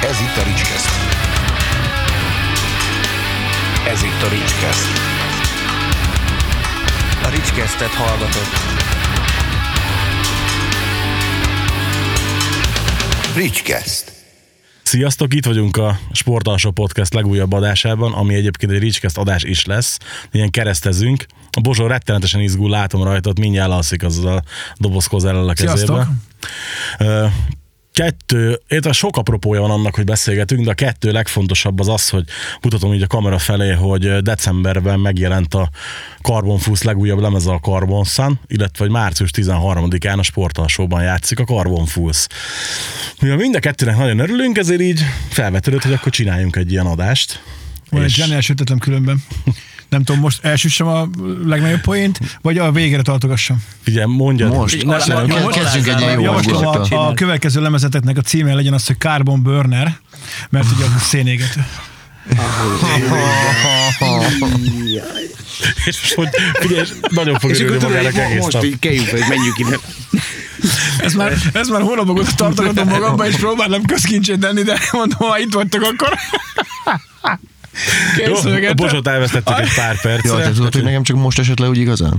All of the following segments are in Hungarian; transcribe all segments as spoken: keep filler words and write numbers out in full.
Ez itt a Ricskeszt. Ez itt a Ricskeszt. A Ricskesztet hallgatod. Ricskeszt. Sziasztok, itt vagyunk a Sportalsó Podcast legújabb adásában, ami egyébként egy Ricskeszt adás is lesz. Ilyen keresztezünk. A Bozsó rettenetesen izgul, látom rajta, mindjárt alszik az a dobozkoz el a kezébe. Uh, Kettő, illetve sok apropója van annak, hogy beszélgetünk, de a kettő legfontosabb az az, hogy mutatom így a kamera felé, hogy decemberben megjelent a Carbon Fusz legújabb lemeze, a Carbon Sun, illetve hogy március tizenharmadikán a Sportalsóban játszik a Carbon Fusz. Mivel mind a kettőnek nagyon örülünk, ezért így felvetődött, hogy akkor csináljunk egy ilyen adást. Van és... egy zseniális ötletem különben. Nem tudom, most elsüssem a legnagyobb poént, vagy a végére tartogassam? Figyelj, mondjad. Most, most, ne, most, most kezdjünk egy ilyen jó javaslom, a, a következő lemezeteknek a címe legyen az, hogy Carbon Burner, mert ugye az szénégető. És most, hogy figyelj, nagyon fog örülni magának egész nap. Most így keljünk, hogy menjünk ide. Ez már, ez már hónapok óta tartogatom magamba, és próbálom közkincsét tenni, de mondom, ha itt vagytok, akkor... Jó, a Bozsót elvesztettük egy pár percre. Jó, te tudod, hogy nekem csak most esett le úgy igazán?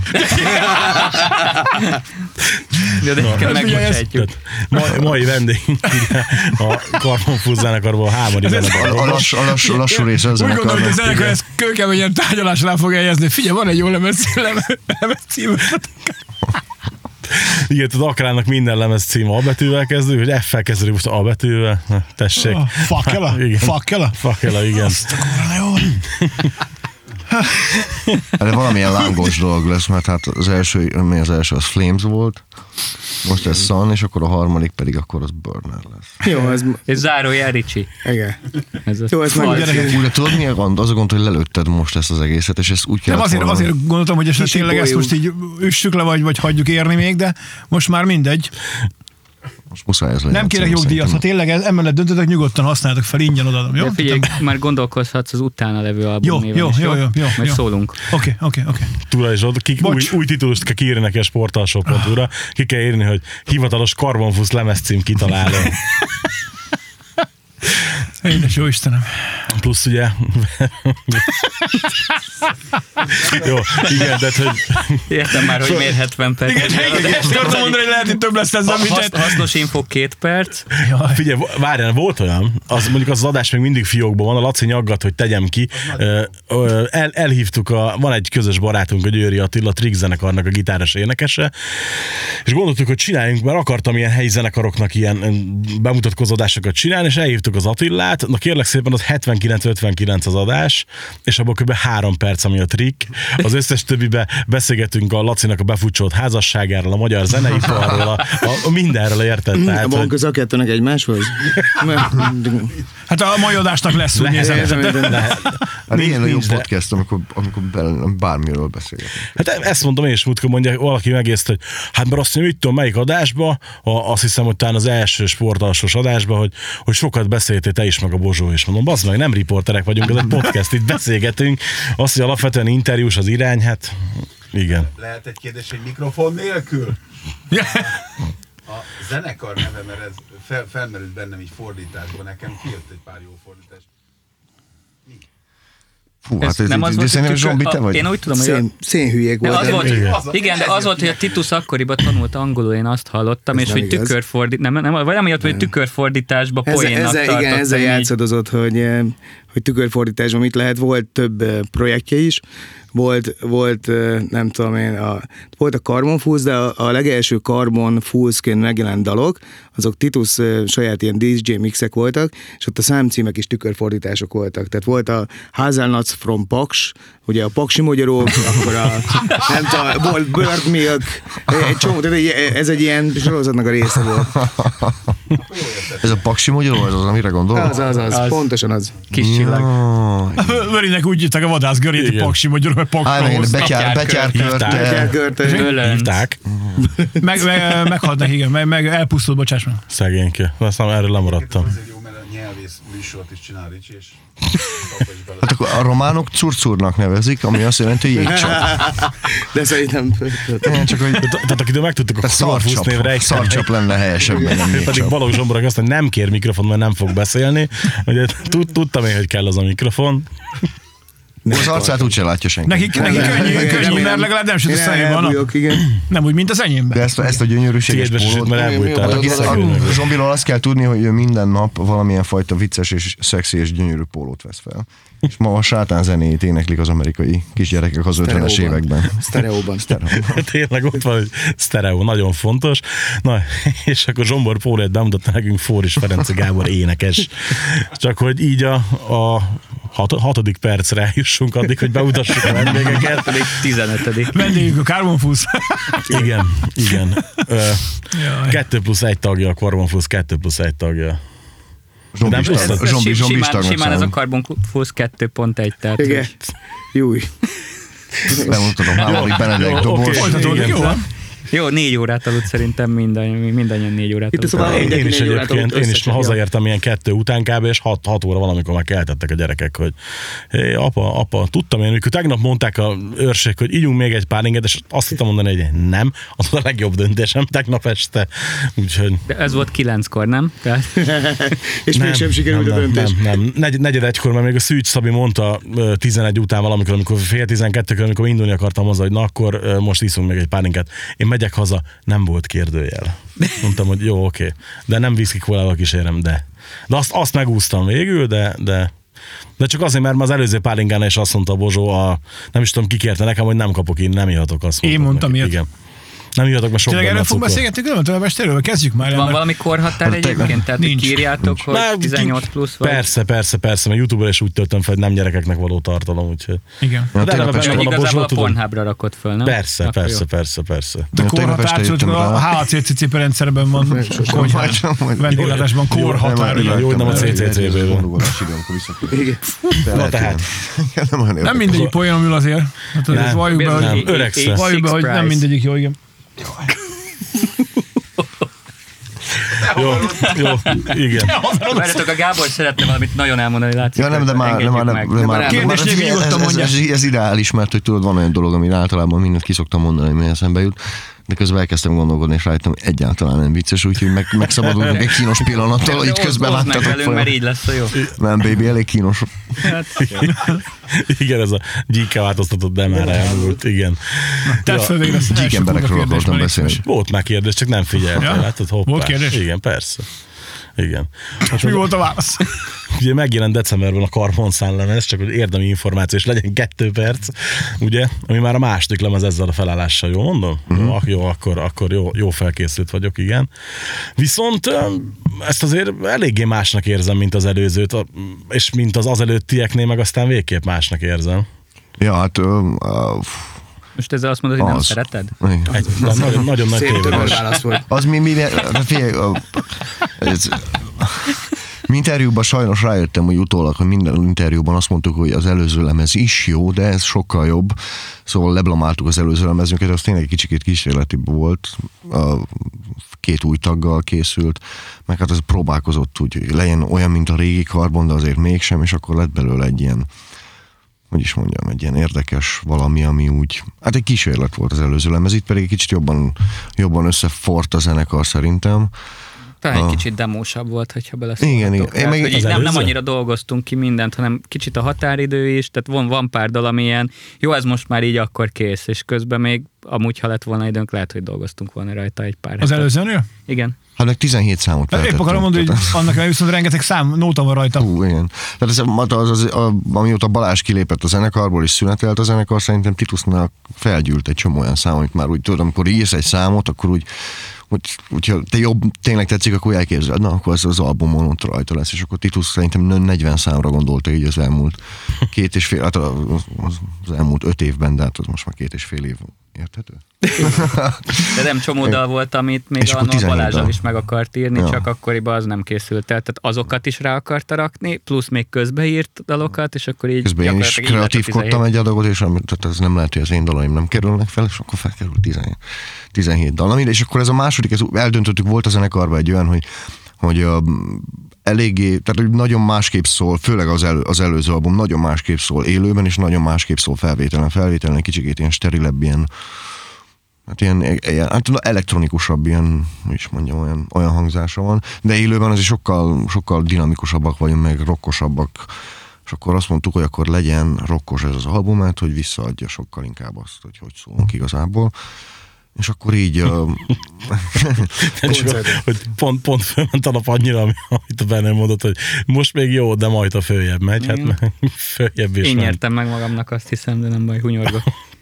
De nekem megbocsátjuk. Mai, mai vendégünk a Carbon Fusz zenekarból Hámori zenekar. A lassú, lassú, lassú része a zenekarnak. Úgy gondolom, hogy a zenekar ezt kőkeményen tárgyalásra fog eljezni. Figyelj, van egy jó lemez, lemez című. Igen, az Akrának minden lemez címe A betűvel kezdő, hogy F-fel kezdődik most A betűvel. Tessék. Oh, Fakela? Fakela? Fakela, igen. Azt a kurva, jó. De valamilyen lángos dolog lesz, mert hát az első, mi az első, az Flames volt, most ez Sun, és akkor a harmadik pedig akkor az Burner lesz. Jó, ez... Ez zárójel Ricsi. Igen. Ez jó, ez meg ugye, de tudod mi a gond? Az a gond, hogy lelőtted most ezt az egészet, és ezt úgy kell. Nem, azért, azért gondoltam, hogy ezt tényleg ezt most így üssük le, vagy, vagy hagyjuk érni még, de most már mindegy. Most muszáj ez legyen. Nem kérek jogdíjat, ha tényleg emellett döntöttek, nyugodtan használjátok fel, ingyen odaadom, jó? De figyelj, már gondolkozhatsz az utána levő album néven jó, is, jó, jó, jó, jó, majd jó. szólunk. Oké, oké, oké. Túl is ott, ki, új, új titulust kell kiírni neki a sportalsó pont hu-ra, ki kell írni, hogy hivatalos Carbon Fusz lemezcím kitaláló. Édes jó Istenem. Plusz ugye... Jó, igen, tehát hogy... Értem már, hogy miért hetven perc. Igen, igen, ezt akartam mondani, hogy lehet, hogy több lesz ez, amit... Hasznos info két perc. Figyelj, várjál, volt olyan, az mondjuk az adás még mindig fiókban van, a Laci nyaggat, hogy tegyem ki. El, elhívtuk, a, van egy közös barátunk, a Győri Attila, Trick zenekarnak a gitáros énekese, és gondoltuk, hogy csináljunk, mert akartam ilyen helyi zenekaroknak ilyen bemutatkozódásokat csinálni, és elhívtuk az Attilát. Na kérlek szépen, az hetvenkilenc ötvenkilenc az adás, és abból kb. három perc, ami a Trick. Az összes többibe beszélgetünk a Lacinak a befutcsolt házasságáról, a magyar zeneiparról, a, a mindenről, érted? Tehát, van köze a kettőnek egymáshoz? Hát a mai adásnak lesz, úgy nézem. Hát ilyen a jó podcast, amikor, amikor bármiről beszélgetünk. Hát ezt mondom én is, múltkor mondja valaki megészt, hogy hát mert azt mondja, mit tudom, melyik adásba, a, azt hiszem, hogy talán az első sportalsós adásba, hogy, hogy sokat beszéltél te is, meg a Bozsó is. Mondom, bazd meg, nem riporterek vagyunk, ez egy podcast, itt beszélgetünk. Azt, hogy alapvetően interjús az irány, hát igen. Lehet egy kérdés, hogy mikrofon nélkül? A zenekar neve, mert ez fel, felmerült bennem így fordításban, nekem kijött egy pár jó fordítást. Mi? Fú, hát ez nem az volt, hogy Zsombi, te vagy? Én úgy tudom, hogy Szén, szénhülyék volt. Az volt igen. igen, de az volt, hogy a Titus akkoriban tanult angolul, én azt hallottam, ez és hogy tükörfordít, nem, nem, vagy amiatt, hogy tükörfordításba poénnak tartott. Igen, ezzel játszadozott, hogy, hogy tükörfordításban mit lehet. Volt több projektje is, volt, volt nem tudom én, a, volt a Carbon Fusz, de a, a legelső Carbon Fuzzként megjelent dalok, azok Titus saját ilyen dé dzsé mixek voltak, és ott a számcímek is tükörfordítások voltak. Tehát volt a Hazelnuts from Paks, ugye a Paksi magyarok, akkor a, nem tudom, volt Bird Milk, egy csomó, tehát ez egy ilyen sorozatnak a része volt. Ez a Paksi magyarok, az az, amire gondolok? Az, az, az, az, pontosan az. Kis csillag. Görinek úgy jöttek a vadász Görét, a Paksi magyarok, mert Pakra hoztak. Betyárkörte. Hívták. Meghalt neki, igen, meg elpusztult, bocsáss meg. Szegényke, aztán erről lemaradtam. Azért jó, mert a nyelvész műsort is csinál Ricsi, és apa is bele. Hát akkor a románok curcurnak nevezik, ami azt jelenti, hogy jégcsap. De szerintem... Én csak, hogy Tehát akitől megtudtuk a Corvus szarcsap, névre egy szarcsap lenne helyesebben, nem Ő pedig jégcsap. Balogh Zsomborag azt, hogy nem kér mikrofon, mert nem fog beszélni. Ugye, tud, tudtam én, hogy kell az a mikrofon. Az arcát úgyse látja senki. Nekik, nekik könnyű, könnyű, mert legalább nem süt a szemében. igen. Nem úgy, mint az De enyémben. ezt, ezt a gyönyörűséges Tiédbe se süt, pólót. mert elbújtál. Mi- mi- a mi- szegőnek. A Zsombiról azt kell tudni, hogy ő minden nap valamilyen fajta vicces és szexi és gyönyörű pólót vesz fel. És ma a sátán zenéjét éneklik az amerikai kisgyerekek az ötvenes Sztereóban. években. Sztereóban. Tényleg ott van, hogy sztereó, nagyon fontos. Na, és akkor Zsombor Pólét bemutatta nekünk Fóris Ferenci Gábor énekes. Csak hogy így a, a hat, hatodik percre eljussunk addig, hogy bemutassuk a vendégeket. Pedig tizenötödik. Vendégünk a Carbon Fuzz. Igen, igen. Ö, Jaj. kettő plusz egy tagja, a Carbon Fuzz kettő plusz egy tagja. Nem Zsombis biztos. tag- zsombi- zsombis Simán, tagnak simán ez a számít. Carbon Fuzz kettő pont egy, tehát Igen. Júj. Bemutatom Hámodik Benedek Jó, dobos. oké. Folytatódik, Igen. jó van? jó, négy órát aludt szerintem mindannyian, mindannyian négy órát Itt a aludt. szobában Én, én mindenki is négy órát egyébként, aludt én is összesen, ma hazaértem ilyen kettő után kb. És hat, hat óra valamikor már keltettek a gyerekek, hogy hé, apa, apa, tudtam én, mikor tegnap mondták a őrség, hogy ígyunk még egy pár inget, és azt hittem mondani, hogy nem, az a legjobb döntésem tegnap este. Úgyhogy De ez volt kilenckor, nem? Tehát, És mégsem sikerült a nem, döntés. Nem, nem, Negy, negyed egykor, mert még a Szűcs Szabi mondta ö, tizenegy után valamikor, amikor fél tizenkettőkor, amikor indulni akartam hozzá, hogy na akkor ö, most iszunk még egy pálinkát. Én megyek haza, nem volt kérdőjel. Mondtam, hogy jó, oké. De nem viszki kólával kísérem, de. De azt, azt megúsztam végül, de, de de csak azért, mert már az előző pálinkánál is azt mondta a Bozsó, a, nem is tudom, ki kérte nekem, hogy nem kapok én, nem ihatok, azt Én mondtam mondtam neki. ilyet. Igen. Nem ihatok, mert sok Tényleg benne erről a fogunk cukor. beszélgetni különben tovább estéről? Kezdjük már el. van mert- valami korhatár egyébként? Tehát, hogy Nincs. írjátok, hogy Na, tizennyolc plusz vagy? Persze, persze, persze, mert YouTube-ra is úgy töltöm fel, hogy nem gyerekeknek való tartalom, úgyhogy. Igen. Ja, De tegnap eleve este- benne Hogy van a igazából Bozsó, a tudom. Pornhubra rakott föl, nem? Persze, Akkor persze, jó. persze, persze. A tegnap korhatár, este tudod, jöttem a rá. há á cé cé cé rendszerben van konyhán. Vendéglátásban korhatár. Jó, jó, hogy nem a cé cé cé-ből. Igen. Na tehát. Nem mindegyik poénom ül azért. Hát ez Nem, valljuk be, nem, hogy, öregszesz. valljuk be, hogy nem Price. mindegyik jó, igen. Jó, jó, igen. Várjatok, a Gábor szeretne valamit nagyon elmondani, látszik. Ja, nem, de már, de már, Engedjük de meg. már, már- de Kérdés már- nélkül ez, nyugodtan ez, mondja. ez, ez, ideális, mert hogy tudod, van olyan dolog, ami általában mindent ki szoktam mondani, ami eszembe jut, de közben elkezdtem gondolkodni, és rájöttem, hogy egyáltalán nem vicces, úgyhogy meg, megszabadulunk egy kínos pillanattól, hogy így közben Oszd meg vágtatok velünk, mert fel. így lesz a jó. Nem, baby, elég kínos. Hát, Igen, ez a gyíkkel változtatott, de már elmúlt, igen. Tedd fel végre ezt az Gyík első emberekről kurva kérdést, akartam már beszélni. légy Volt már kérdés, csak nem figyeltél, Ja? látod, hoppá. Volt kérdés? Igen, persze. Igen. szíves. Mi volt a válasz? Ugye megjelent decemberben a Karbonszán lemez, csak hogy érdemi információ, és legyen kettő perc, ugye, ami már a második lemez ezzel a felállással, jó mondom? Uh-huh. Jó, jó, akkor, akkor jó, jó felkészült vagyok, igen. Viszont öm, ezt azért eléggé másnak érzem, mint az előzőt, a- és mint az az előttieknél, meg aztán végképp másnak érzem. Ja, hát... ö, ö, most ezzel azt mondod, hogy nem Az. szereted? Egy nagyon, nagyon nagy Szép tömör tévedés. válasz volt. Az mi, mi, hát figyelj, ö, ez, mi interjúban sajnos rájöttem, hogy utólag, hogy minden interjúban azt mondtuk, hogy az előző lemez is jó, de ez sokkal jobb. Szóval leblamáltuk az előző lemezünket, az tényleg egy kicsikét kísérletibb volt. A két új taggal készült, meg hát az próbálkozott úgy, hogy legyen olyan, mint a régi Karbon, de azért mégsem, és akkor lett belőle egy ilyen, hogy is mondjam, egy ilyen érdekes valami, ami úgy, hát egy kísérlet volt az előző lemez, itt pedig egy kicsit jobban, jobban összefort a zenekar szerintem. Talán egy A- kicsit demósabb volt, hogyha Igen, beleszólhatok. igen. Én Tehát, meg- hogy Az így nem, nem előző? annyira dolgoztunk ki mindent, hanem kicsit a határidő is, tehát van, van pár dal, ami ilyen, jó, ez most már így akkor kész, és közben még amúgy, ha lett volna időnk, lehet, hogy dolgoztunk volna rajta egy pár Az hetet. előzőnél? Igen. Hát meg tizenhét számot Épp feltettünk. akarom mondani, hogy annak el viszont rengeteg szám, nóta van rajta. Hú, igen. Tehát ez, az, az, az, amióta Balázs kilépett a zenekarból és szünetelt a zenekar, szerintem Titusnál felgyűlt egy csomó olyan szám, amit már úgy tudod, amikor írsz egy számot, akkor úgy, hogy, hogyha te jobb tényleg tetszik, akkor elképzeled, na akkor ez az albumon ott rajta lesz, és akkor Titus szerintem negyven számra gondolta így az elmúlt két és fél, hát az, az elmúlt öt évben, de hát az most már két és fél év. Érthető? De nem csomó dal volt, amit még És akkor a tizenhét Balázsral dal. is meg akart írni, Ja. csak akkoriban az nem készült el. Tehát azokat is rá akarta rakni, plusz még közbeírt dalokat, és akkor így Közben én is gyakorlatilag így lett a kreatívkodtam tizenhét. egy adagot, és amit, tehát ez nem lehet, hogy az én dalaim nem kerülnek fel, és akkor felkerül tizenhét, tizenhét dal. Na mindegy, és akkor ez a második, ez eldöntöttük, volt a zenekarban egy olyan, hogy, hogy uh, eléggé, tehát nagyon másképp szól, főleg az, elő, az előző album nagyon másképp szól élőben, és nagyon másképp szól felvételen. Felvételen kicsikét ilyen sterilebb, ilyen, hát ilyen, ilyen hát elektronikusabb, ilyen, is mondjam, olyan, olyan hangzása van, de élőben azért sokkal, sokkal dinamikusabbak vagyunk, meg rockosabbak, és akkor azt mondtuk, hogy akkor legyen rockos ez az albumát, hogy visszaadja sokkal inkább azt, hogy hogy szólunk igazából. És akkor így... Uh, hogy pont, pont fölment a nap annyira, amit a Benner mondott, hogy most még jó, de majd a följebb megy. Hát följebb is Én ment. nyertem meg magamnak, azt hiszem, de nem baj, hunyorgok.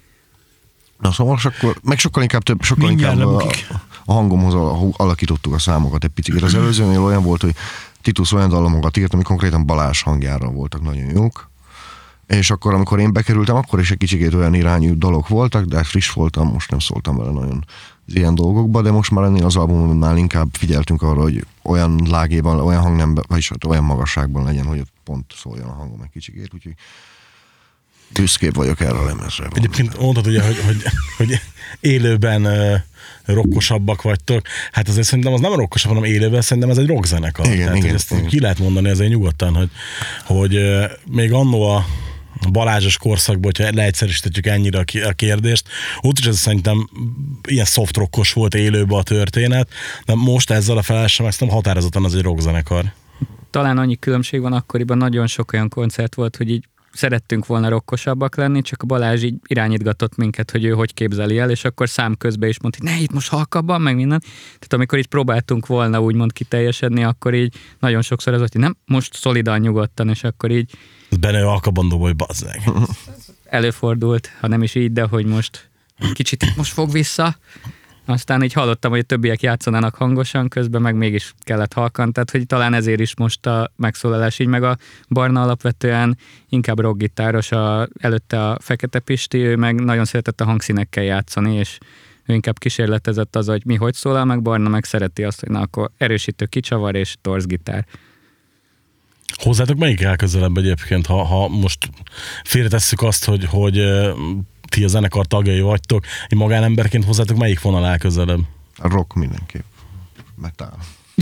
Na szóval akkor, meg sokkal inkább több, sokkal Mindjárt inkább a, lebukik. a hangomhoz alakítottuk a számokat egy picit. Az előzőnél olyan volt, hogy Titus olyan dallamokat írt, ami konkrétan Balázs hangjára voltak nagyon jók. És akkor, amikor én bekerültem, akkor is egy kicsikét olyan irányú dolog voltak, de friss voltam, most nem szóltam vele nagyon az ilyen dolgokba, de most már ennél az albumnál inkább figyeltünk arra, hogy olyan lágében, olyan hangnemben, vagyis olyan magasságban legyen, hogy ott pont szóljon a hangom egy kicsikét, úgyhogy büszkébb vagyok erre a lemezre. Egyébként mondtad ugye, hogy, hogy, hogy élőben uh, rockosabbak vagytok. Hát azért szerintem az nem rockosabb, hanem élőben, szerintem ez egy rockzenekar. Igen, Tehát, igen, hogy ezt igen. ki lehet mondani azért nyugodtan, hogy, hogy uh, még annó a Balázsos korszakban, hogyha leegyszerűsítetjük ennyire a ki- a kérdést, ott is ez szerintem ilyen soft rockos volt élőben a történet, de most ezzel a felállásra ezt nem határozottan az egy rockzenekar. Talán annyi különbség van, akkoriban nagyon sok olyan koncert volt, hogy így szerettünk volna rokkosabbak lenni, csak a Balázs így irányítgatott minket, hogy ő hogy képzeli el, és akkor szám közben is mondta, hogy ne, itt most halkabban, meg minden. Tehát amikor itt próbáltunk volna úgymond kiteljesedni, akkor így nagyon sokszor az volt, hogy nem, most szolidan, nyugodtan, és akkor így Benne alkabban dobol, hogy bazzeg. előfordult, ha nem is így, de hogy most kicsit most fog vissza. Aztán így hallottam, hogy a többiek játszanának hangosan, közben meg mégis kellett halkan, tehát hogy talán ezért is most a megszólalás így, meg a Barna alapvetően inkább rockgitáros, a, előtte a Fekete Pisti, ő meg nagyon szeretett a hangszínekkel játszani, és ő inkább kísérletezett az, hogy mi hogy szólal, meg Barna meg szereti azt, hogy na akkor erősítő kicsavar és torzgitár. Hozzátok melyik áll közelebb egyébként, ha, ha most félretesszük azt, hogy, hogy eh, ti a zenekar tagjai vagytok, én magánemberként hozzátok melyik vonal áll közelebb? A rock mindenképp. Metal.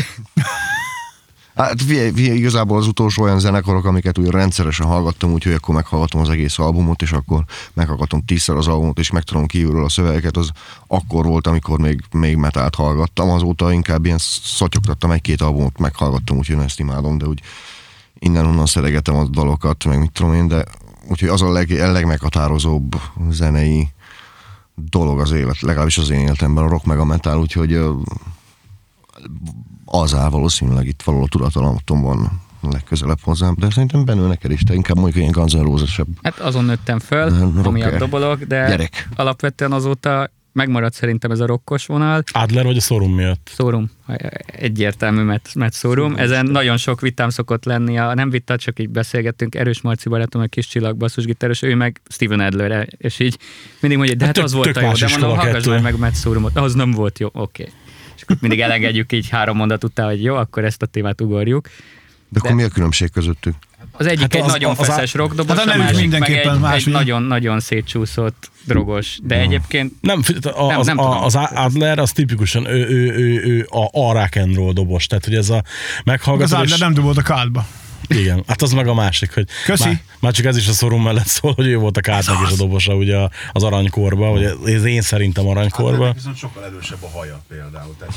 Hát figyelj, figyelj, igazából az utolsó olyan zenekarok, amiket úgy rendszeresen hallgattam, úgyhogy akkor meghallgatom az egész albumot, és akkor meghallgatom tízszer az albumot, és megtudom kívülről a szövegeket, az akkor volt, amikor még, még metált hallgattam, azóta inkább ilyen szatyogtattam egy-két albumot, meghallgattam, úgyhogy én ezt imádom, de úgy innen-onnan szeretem a dalokat, meg mit tudom én, de úgyhogy az a leg, legmeghatározóbb zenei dolog az élet, legalábbis az én életemben, a rock meg a metal, úgyhogy az áll valószínűleg itt valahol a tudatalatomban legközelebb hozzám, de szerintem Benő neked is, te inkább mondjuk ilyen Guns N' Roses-ebb. Hát azon nőttem föl, Rocker. amiatt dobolok, de Gyerek. alapvetően azóta megmaradt szerintem ez a rokkos vonal. Adler vagy a Sorum miatt? Szórum, egyértelmű, mert, mert szórum. Ezen nagyon sok vitám szokott lenni, a, nem vita, csak így beszélgettünk, Erős Marci barátom, a Kis Csillag basszusgitáros, ő meg Steven Adler, és így mindig mondja, de hát tök- az volt tök a jó, más de mondom, iskola hallgass kettő. már meg Matt Sorumot, az nem volt jó, oké. Okay. És akkor mindig elengedjük így három mondat után, hogy jó, akkor ezt a témát ugorjuk. De akkor De- mi a különbség közöttük? Az egyik Hát egy az- nagyon az- feszes rockdobos, Hát a a nevük másik meg mindenképpen egy, más, egy ugye? nagyon-nagyon szétcsúszott drogos, de egyébként Nem, figyelj, a- Nem, az, nem a, tudom. az Adler az tipikusan ő, ő, ő, ő a, a rock and roll dobos, tehát hogy ez a Az meghallgatás. Adler nem dobolt a kádba. Igen, hát az meg a másik, hogy Köszi. Már, már csak ez is a Sorum mellett szól, hogy ő volt a Kártnak is a dobosa ugye az aranykorba, vagy ez én szerintem aranykorba. Hát, viszont sokkal erősebb a haja például. Tehát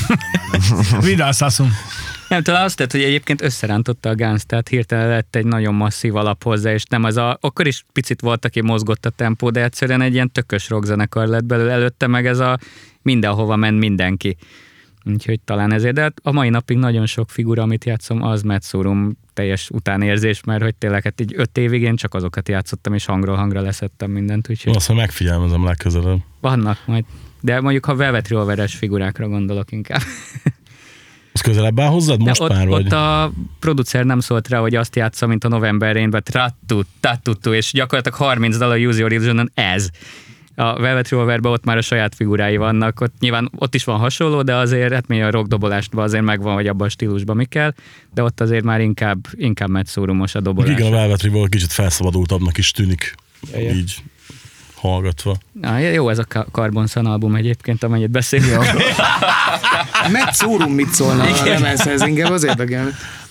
ez Vidászászom. nem talán azt tett, hogy egyébként összerántotta a Guns, tehát hirtelen lett egy nagyon masszív alap hozzá, és nem az a, akkor is picit volt, aki mozgott a tempó, de egyszerűen egy ilyen tökös rockzenekar lett belőle, előtte meg ez a mindenhova ment mindenki. Úgyhogy talán ezért, de hát a mai napig nagyon sok figura, amit játszom, az Matt Sorum teljes utánérzés, mert hogy tényleg hát így öt évig én csak azokat játszottam, és hangról hangra leszettem mindent, úgyhogy Azt, hogy megfigyelmezem legközelebb. vannak majd. De mondjuk ha Velvet Revolveres figurákra gondolok inkább. Az közelebb áll hozzád? Most de ott, már vagy? ott a producer nem szólt rá, hogy azt játsza, mint a November Rain-ben, trattu, tattutu, és gyakorlatilag harminc dal a Use Your Illusion-on ez. A Velvet Revolverben ott már a saját figurái vannak, ott nyilván ott is van hasonló, de azért, hát mi a rockdobolástban azért megvan, hogy abban a stílusban mi kell, de ott azért már inkább, inkább Matt Sorumos a dobolás. Igen, a Velvet Revolver kicsit felszabadultabbnak is tűnik, Ja, ja. így hallgatva. Na, jó ez a Carbon Sun album egyébként, amennyit beszélünk. Matt Sorum mit szólna a lemezhez, inkább az érdekel.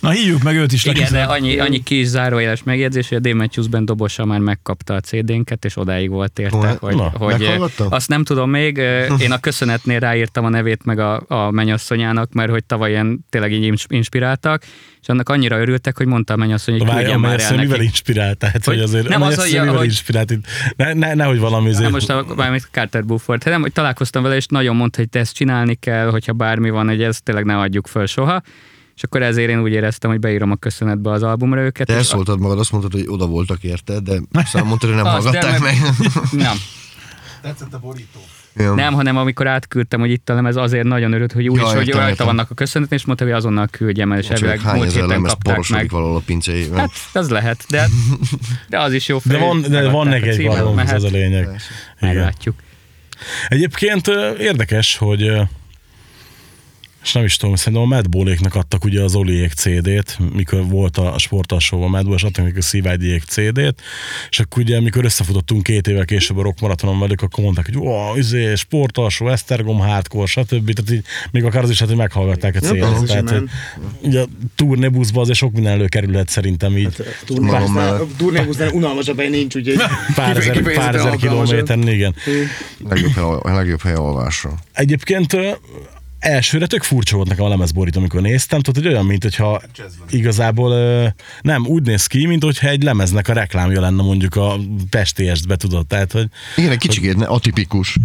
Na hívjuk meg őt is. Igen, de annyi, annyi kis zárójeles megjegyzés, hogy a Dave Matthews Band dobosa már megkapta a cé dé-nket, és odáig volt érte, Na, hogy, na, hogy azt nem tudom még, én a köszönetnél ráírtam a nevét meg a, a mennyasszonyának, mert hogy tavaly ilyen tényleg így inspiráltak, és annak annyira örültek, hogy mondta a mennyasszony, hogy küldjen már el mivel neki. inspirált? Tehát, hogy, hogy azért nem az, hogy, mivel hogy, inspirált itt. Ne, ne, nehogy valami Na, azért... most a, bármit Carter Buford. Nem, hogy találkoztam vele, és nagyon mondta, hogy te ezt csinálni kell, hogyha bármi van, hogy ezt tényleg ne adjuk föl soha. És akkor ezért én úgy éreztem, hogy beírom a köszönetbe az albumra őket. Te elszóltad magad, azt mondtad, hogy oda voltak érted, de aztán mondtad, hogy nem Azt, hallgatták meg. Nem. Tetszett a borító. Ja. Nem, hanem amikor átküldtem, hogy itt a lemez, azért nagyon örült, hogy úgy Ja, is, hogy értem, rajta értem. vannak a köszönet, és mondta, hogy azonnal küldjem el, és Csak elvileg hány múlt ezer héten lemez kapták porosodik meg. valahol a pincéjében. Hát, az lehet, de, de az is jó De fejű. van, de Megadták van a neki egy címet, valahol, ez mehet, az a lényeg. Igen. meglátjuk. Egyébként ö, érdekes, hogy ö, és nem is tudom, szerintem a Madballéknak adtak ugye az Oliék cé dét, mikor volt a sportalsóban a Madball, és adtak nekik a Szívvágyék cé dét, és akkor ugye, mikor összefutottunk két évvel később a Rock Maratonon velük, akkor mondták, hogy ó, izé, sportalsó, Esztergom, hardcore, stb. Tehát így, még akár az is, hát, hogy meghallgatták a cé dét. Tehát, hogy, ugye a turnébuszban azért sok minden előkerülhet szerintem így. A turnébusznál unalmasabb hely nincs, úgyhogy Pár ezer, pár ezer kilométeren, igen. Legjobb hely, a legjobb hely alvásra. Egyébként ö, elsőre tök furcsa volt nekem a lemezborít, amikor néztem, tudod, hogy olyan, mint hogyha igazából ö, nem, úgy néz ki, mint hogyha egy lemeznek a reklámja lenne mondjuk a Pesti-estbe, tudod, tehát, hogy... Igen, egy kicsikét ne, atipikus.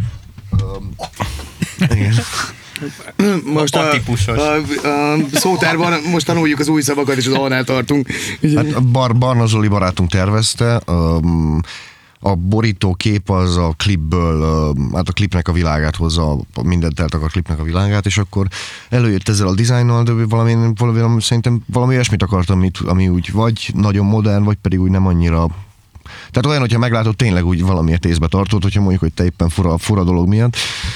Igen. most a, Atípusos. a, a szótárban most tanuljuk az új szavakat, és az alnál tartunk. Hát a Bar- Barna Zoli barátunk tervezte, um, a borító kép az a klipből, um, hát a klipnek a világát hozza, mindent eltakar a klipnek a világát, és akkor előjött ezzel a dizájnnal, de valami, valami, szerintem valami olyasmit akartam, amit, ami úgy vagy nagyon modern, vagy pedig úgy nem annyira. Tehát olyan, hogyha meglátod, tényleg úgy valamiért észbe tartod, hogyha mondjuk, hogy te éppen fura, fura dolog miatt.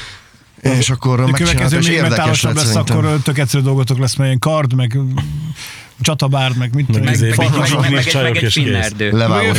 És akkor A megcsinálta, következő és még érdekes metálosabb lett lesz, szerintem. akkor tök egyszerű dolgotok lesz, mert ilyen kard, meg csatabár, meg mit tudom. Meg- én. meg- Meg, meg, Farkasok, meg, meg, és egy- csajok, meg egy és kész. finnerdő. Levágott,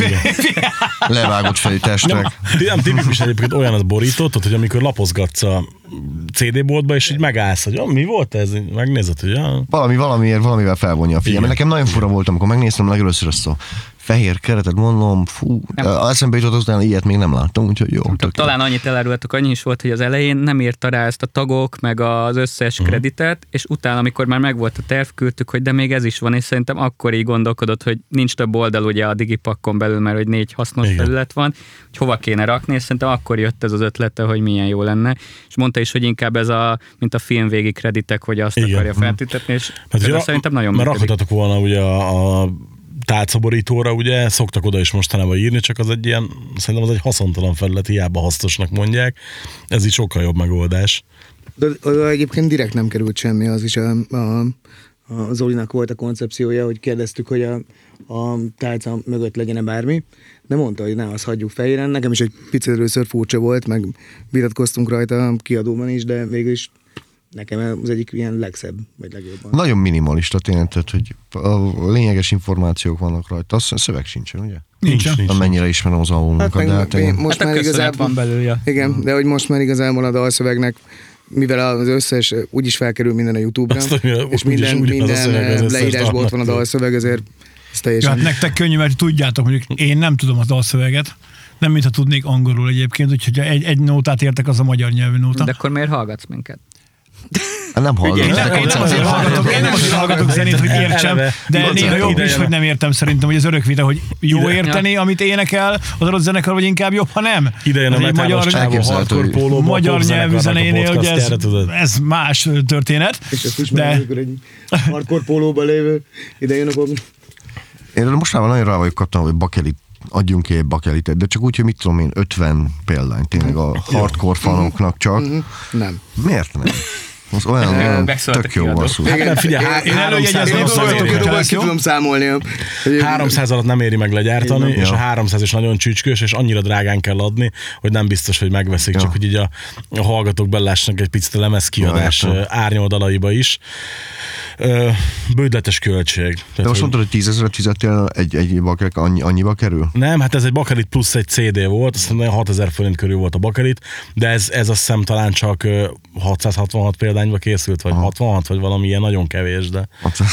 levágott fejű testek. Nem tipikus egyébként olyan az borított, hogy amikor lapozgatsz a cé dé boltba, és így megállsz, hogy oh, mi volt ez? Megnézed, hogy ja. Valami, valamiért, valamivel felvonja a figyelmet. Nekem nagyon fura volt, amikor megnéztem legelőször azt a fehér keretet, mondom, fú, eszembe jutott, aztán ilyet még nem láttam, úgyhogy jó. tök jó. Talán annyit elárulhatok, annyi is volt, hogy az elején nem írta rá ezt a tagok, meg az összes Mhm. uh-huh. kreditet, és utána, amikor már megvolt a terv, küldtük, hogy de még ez is van, és szerintem akkor így gondolkodott, hogy nincs több oldal ugye a digipakkon belül, mert hogy négy hasznos Igen. felület van, hogy hova kéne rakni, és szerintem akkor jött ez az ötlete, hogy milyen jó lenne. És mondta is, hogy inkább ez a, mint a film végi kreditek, hogy azt Igen. akarja feltüntetni, és Hát, ez ugye, szerintem nagyon mert működik. rakhattatok volna ugye a, a tálcaborítóra, ugye szoktak oda is mostanában írni, csak az egy ilyen, szerintem az egy haszontalan felület, hiába hasznosnak mondják. Ez így sokkal jobb megoldás. De oda egyébként direkt nem került semmi, az is a, a, a Zolinak volt a koncepciója, hogy kérdeztük, hogy a, a tálca mögött legyen-e bármi, de mondta, hogy ne, azt hagyjuk fehéren. Nekem is egy picit először furcsa volt, meg vitatkoztunk rajta a kiadóban is, de végül is nekem az egyik ilyen legszebb, vagy legjobban. Nagyon minimalista tényleg, tehát, hogy a lényeges információk vannak rajta. Azt szöveg sincsen, ugye? Nincsen. Nincs. Amennyire ismerem az albumunkat, Hát de meg hát én én... most Hát a már köszönet igazából... van belőle. Igen, de hogy most már igazából a dalszövegnek, mivel az összes, úgyis felkerül minden a YouTube-ra, Azt, hogy és úgyis minden, ugyanaz a minden szöveg az összes leírásból ott van a dalnak. dalszöveg, ezért ez Ja, teljesen... hát nektek könnyű, mert tudjátok, mondjuk én nem tudom a dalszöveget, nem mintha tudnék angolul egyébként, úgyhogy egy, egy nótát értek, az a magyar nyelvű nóta. De akkor miért hallgatsz minket? Hát nem hallom. Én nem, én nem azért hallgatok, én nem azért hallgatok zenét, hogy értsem, de néha jobb is, hogy nem értem szerintem, hogy az örök vita, hogy jó Ide- érteni, amit énekel az adott zenekar, vagy inkább jobb, ha nem. Ide jön a Az egy metálos csávó elképzelhető, hardcore hogy pólóba, a magyar pop nyelvű zenekarnak a zenénél, hogy ez, podcastjára, tudod. ez más történet. És ezt is De- de... amikor egy hardcore pólóba lévő ide jön, akkor... Én mostanában nagyon rá vagyok kaptam, hogy bakelit, adjunk ki egy bakelitet, de csak úgy, hogy mit tudom én, ötven példány, tényleg a hardcore fanoknak csak. Nem. Miért nem? Az olyan, olyan megszólalt tök a jó kiadó. basszus. Hát nem, figyelj, há- Én háromszáz előjegyezem, Én Azt alatt nem nem éri éri meg. dolgokat meg. ki tudom számolni. hogy- háromszáz alatt nem éri meg legyártani, és a háromszáz is nagyon csücskös, és annyira drágán kell adni, hogy nem biztos, hogy megveszik, Ja. csak hogy így a, a hallgatók belássanak egy picit a lemezkiadás Ja, értem. árnyoldalaiba is. Ö, bődletes költség. De Tehát, most mondtad, hogy tízezret fizettél egy, egy bakelit, annyi, annyiba kerül? Nem, hát ez egy bakelit plusz egy cé dé volt, azt mondom, hatezer forint körül volt a bakelit, de ez, ez azt hiszem talán csak ö, hatszázhatvanhat példányba készült, vagy Aha. hatvanhat, vagy valami ilyen nagyon kevés, de...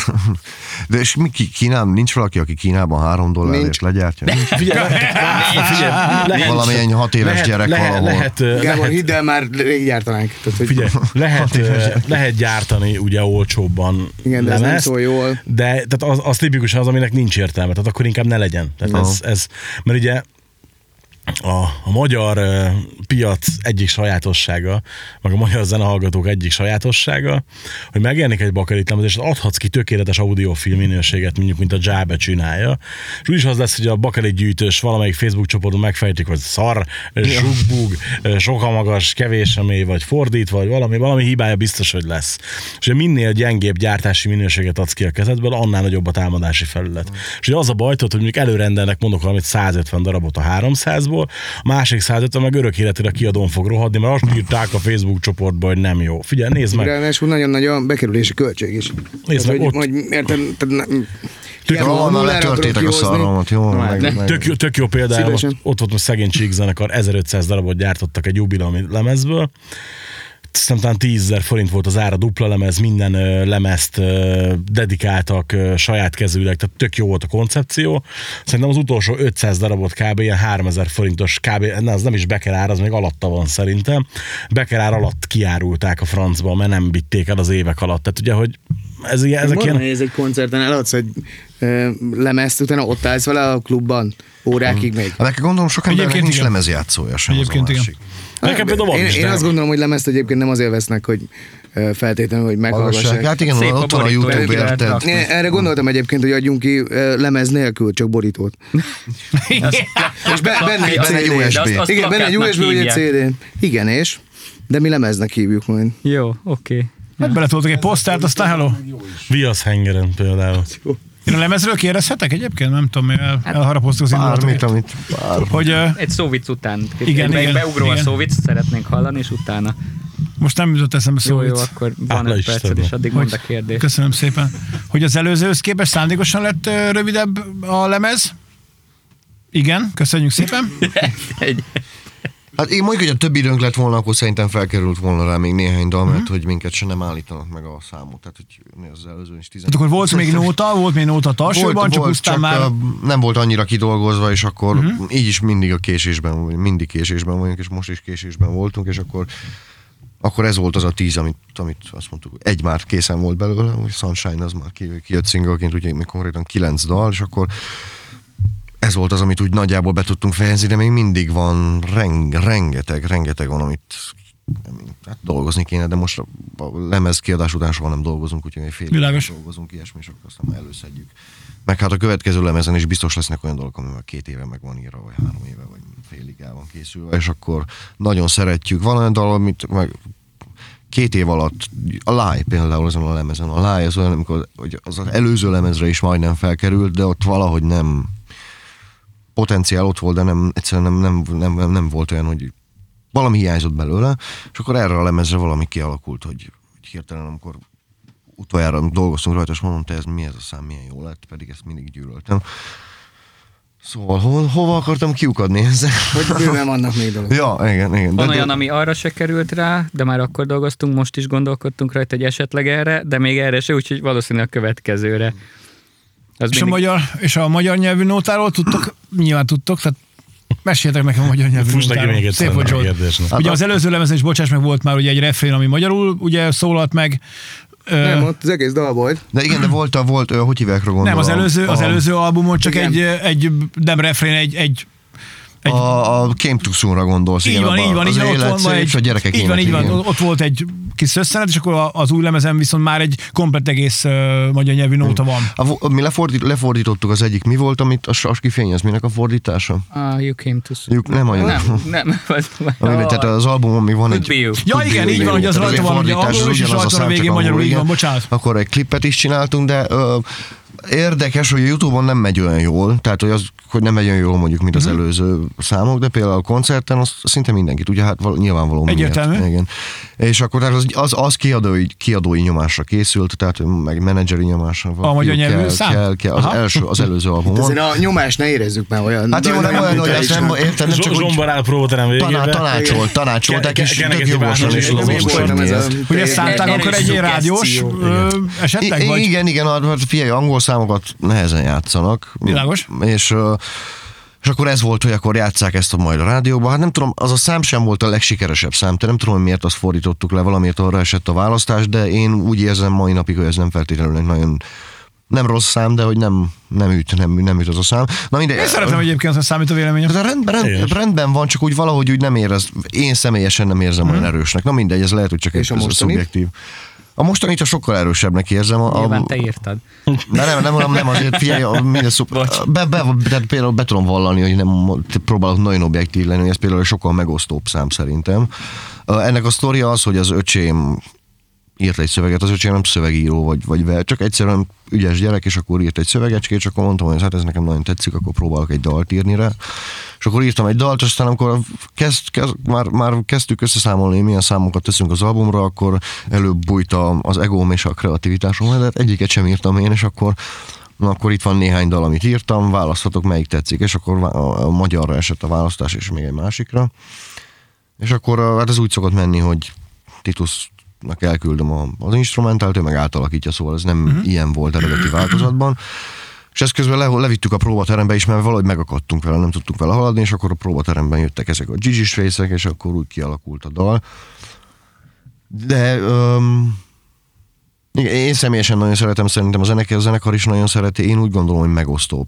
De és mi Kínában, nincs valaki, aki Kínában három dollárért legyártja? De, figyelj, figyelj, lehet, valamilyen hat éves lehet, gyerek lehet, valahol. lehet, Gábor, lehet, hidd el, már rég gyártanánk. Tehát, hogy figyelj, lehet, lehet gyártani ugye olcsóbban igen, de ez nem lemezt, szól jól. de tehát az, az tipikusan az, aminek nincs értelme, tehát akkor inkább ne legyen. Tehát ez, ez, mert ugye A, a magyar uh, piac egyik sajátossága, meg a magyar zenehallgatók egyik sajátossága, hogy megjelenik egy bakelitlemez, és adhatsz ki tökéletes audiofilm minőséget, mondjuk, mint a Jábe csinálja. És úgyis az lesz, hogy a bakelit gyűjtős valamelyik Facebook csoporton megfejtik, hogy szar, zsugbug, soka magas, kevés mély, vagy fordítva, vagy valami, valami hibája biztos, hogy lesz. És ugye minél gyengébb gyártási minőséget adsz ki a kezedből, annál nagyobb a támadási felület. Mm. És ugye az a baj, hogy mondjuk előrendelnek, mondok valamit, százötven darabot a háromszázból, a másik százötven meg örök életére a kiadón fog rohadni, mert azt írták a Facebook csoportba, hogy nem jó. Figyelj, nézd meg. Ráadásul nagyon nagy a bekerülési költség is. Nézd meg, hogy, ott... hogy, érted, tehát, Tök jó, onnan letörtétek a szarromat, jó? Meg, meg. Tök, tök jó például, ott, ott volt most szegény Csík zenekar, ezerötszáz darabot gyártottak egy jubileumi lemezből, aztán tízezer forint volt az ára, dupla lemez, minden ö, lemezt ö, dedikáltak ö, saját kezűleg, tehát tök jó volt a koncepció. Szerintem az utolsó ötszáz darabot kb. Ilyen háromezer forintos kb. Ne, az nem is bekerár, az még alatta van szerintem. Bekerár alatt kiárulták a francba, mert nem vitték el az évek alatt. Tehát ugye, hogy ez, ezek ilyen... Ez egy koncerten eladsz egy ö, lemezt, utána ott állsz vele a klubban órákig még. Nekem gondolom sok embernek nincs lemezjátszója sem. Egyébként igen. Nekem például van én, is, én azt gondolom, hogy lemezt egyébként nem azért vesznek, hogy feltétlenül, hogy meghallgassák. Hát igen, Szép ott a van a borító, YouTube, el érted? lehet Én erre gondoltam egyébként, hogy adjunk ki lemez nélkül, csak borítót. És be, benne egy benne egy cé dé. u es bé. Igen, benne egy u es bé vagy egy cé dé. Igen, és? De mi lemeznek hívjuk majd. Jó, oké. Okay. Hát beletoltak egy posztert, aztán hello. Viasz hengeren például. Én a lemezről kérdezhetek egyébként? Nem tudom, el, elharapoztuk az Bármit, indulatot. amit bár. Hogy, uh, Egy szóvic után. Igen, Be, igen, beugró a igen. szóvic, szeretnénk hallani, és utána. most nem jutott eszembe Jó, szó. jó, akkor van Hála öt perced, Istennek. és addig mondd a kérdést. Köszönöm szépen. Hogy az előzőhöz képest szándékosan lett ö, rövidebb a lemez? Igen, köszönjük szépen. Egy, Hát én mondjuk, hogy a több időnk lett volna, akkor szerintem felkerült volna rá még néhány dal, mert hogy minket se nem állítanak meg a számot. Tehát, hogy az előzőn is tizen... Tehát akkor volt még nóta, volt még nóta a tartsóban, csak pusztán már... uh, nem volt annyira kidolgozva, és akkor uh-huh. így is mindig a késésben, mindig késésben vagyunk, és most is késésben voltunk, és akkor akkor ez volt az a tíz, amit, amit azt mondtuk, egy már készen volt belőle, hogy Sunshine az már kijött szingleként, úgyhogy még konkrétan kilenc dal, és akkor ez volt az, amit úgy nagyjából be tudtunk fejezni, de még mindig van reng, rengeteg, rengeteg van, amit hát dolgozni kéne, de most a, a lemez kiadás után soha nem dolgozunk, úgyhogy egy fél Világos. dolgozunk ilyesmi, és akkor aztán már előszedjük. Meg hát a következő lemezen is biztos lesznek olyan dolgok, ami már két éve meg van írva, vagy három éve, vagy félig el van készülve, és akkor nagyon szeretjük. Van olyan dal, amit meg két év alatt, a Lie például azon a lemezen, a Lie az olyan, amikor hogy az, az előző lemezre is majdnem felkerült, de ott valahogy nem potenciál ott volt, de nem, egyszerűen nem, nem, nem, nem volt olyan, hogy valami hiányzott belőle, és akkor erre a lemezre valami kialakult, hogy, hogy hirtelen, amikor utoljára dolgoztunk rajta, és mondom, te ez mi ez a szám, milyen jó lett, pedig ezt mindig gyűlöltem. Szóval hol, hova akartam kiukadni ezzel? Hogy bőven vannak még dolgok. Ja, igen, igen. van de, olyan, de, ami arra se került rá, de már akkor dolgoztunk, most is gondolkodtunk rajta, hogy esetleg erre, de még erre se, úgyhogy valószínűleg a következőre. Az És a, mindig... magyar, és a magyar nyelvű nótáról tudtok, nyilván tudtok, tehát meséljetek nekem a magyar nyelvű Fuss neki nótáról. még egyszer Szép volt, a Zsolt. kérdésnek. Ugye az előző lemezen is, bocsáss meg, volt már ugye egy refrén, ami magyarul ugye szólalt meg. Nem, ott az egész dal volt. de igen, de volt, a, volt hogy hívják gondolom. Nem, az előző, az a, előző albumon csak Igen. egy, egy, nem refrén, egy, egy Egy... A, a Came Too Soon-ra gondolsz, így igen, van, abba, így van, az így van, ott élet van szép, egy, és a gyerekek így van, így van, igen. ott volt egy kis szösszenet, és akkor az új lemezen viszont már egy komplet egész uh, magyar nyelvű nóta van. A, mi lefordít, lefordítottuk az egyik, mi volt, amit a Saski fény, az minek a fordítása? Ah, you came to soon. Juk, nem a Nem, nem. Az, Ami, tehát az albumon még van egy... Could be you. Ja, igen, így van, hogy az rajta van, hogy angolul is, és rajta van a végén magyarul, így van, bocsánat. Akkor egy klippet is csináltunk, de ö, Érdekes, hogy a YouTube-on nem megy olyan jól, tehát hogy, az, hogy nem megy olyan jól mondjuk, mint az uh-huh. előző számok, de például a koncerten az szinte mindenkit, ugye hát val- nyilvánvaló Egyértelmű. miért. Igen. És akkor tehát az, az, az kiadói, kiadói nyomásra készült, tehát meg menedzseri nyomásra. A magyar nyelvű szám? Kell, kell, az, első, az előző albumon. Ezen a nyomást ne érezzük már olyan. Hát jó, nem olyan, hogy ezt nem értem, nem csak Zsombar áll próbaterem végébe. Tanácsolt, tanácsolták, és tök jogosan is hogy ezt szánták akkor egy ilyen rádiós esetleg? Vagy? Igen, igen, figyelj, angol számokat nehezen játszanak. Világos. És, és akkor ez volt, hogy akkor játsszák ezt a majd a rádióban. Hát nem tudom, az a szám sem volt a legsikeresebb szám, te nem tudom, hogy miért azt fordítottuk le, valamiért arra esett a választás, de én úgy érzem mai napig, hogy ez nem feltétlenül egy nagyon nem rossz szám, de hogy nem, nem üt, nem, nem üt az a szám. Na mindegy. Én szeretem egyébként, hogy számít a véleményem. De rendben, rend, rendben van, csak úgy valahogy úgy nem érez, én személyesen nem érzem hmm. olyan erősnek. Na mindegy, ez lehet, hogy csak és egy szubjektív. A mostanit a sokkal erősebbnek érzem. A, Nyilván te írtad. De nem, nem, nem, nem azért figyelj, minden szuper. Be, be, be, például be tudom vallani, hogy nem próbálok nagyon objektív lenni, hogy ez például sokkal megosztóbb szám szerintem. Ennek a sztoria az, hogy az öcsém írt egy szöveget, az öcsém nem szövegíró, vagy, vagy vel, csak egyszerűen ügyes gyerek, és akkor írt egy szövegecskét, és akkor mondtam, hogy hát ez nekem nagyon tetszik, akkor próbálok egy dalt írni rá. És akkor írtam egy dalt, aztán amikor kezd, kezd, már, már kezdtük összeszámolni, milyen számokat teszünk az albumra, akkor előbb bújt az egóm és a kreativitásom, de egyiket sem írtam én, és akkor na, akkor itt van néhány dal, amit írtam, választhatok, melyik tetszik, és akkor a, a magyarra esett a választás, és még egy másikra. És akkor hát ez úgy szokott menni, hogy Titus elküldöm az instrumentált, ő meg átalakítja, szóval ez nem uh-huh. ilyen volt eredeti változatban. És ezt közben le, levittük a próbaterembe is, mert valahogy megakadtunk vele, nem tudtunk vele haladni, és akkor a próbateremben jöttek ezek a Gigi-s fészek, és akkor úgy kialakult a dal. De um, én személyesen nagyon szeretem, szerintem a zenekar, a zenekar is nagyon szereti, én úgy gondolom, hogy megosztó.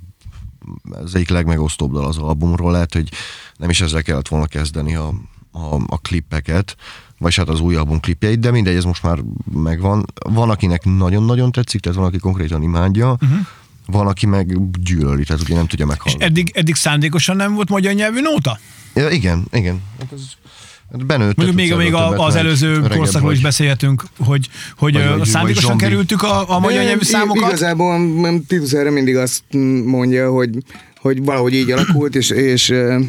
Ez egyik legmegosztóbb dal az albumról, lehet, hogy nem is ezzel kellett volna kezdeni a, a, a klippeket, vagy hát az új album klipjeit, de mindegy, ez most már megvan. Van, akinek nagyon-nagyon tetszik, tehát van, aki konkrétan imádja, uh-huh. van, aki meg gyűlöli, tehát aki nem tudja meghallani. És eddig, eddig szándékosan nem volt magyar nyelvű nóta? Ja, igen, igen. Hát ez benőtt. Mondjuk még, még a, az előző korszakról is beszélhetünk, hogy, hogy vagy, vagy, szándékosan vagy kerültük a, a magyar nyelvű számokat. Igazából Titus erre mindig azt mondja, hogy hogy valahogy így alakult, és, és,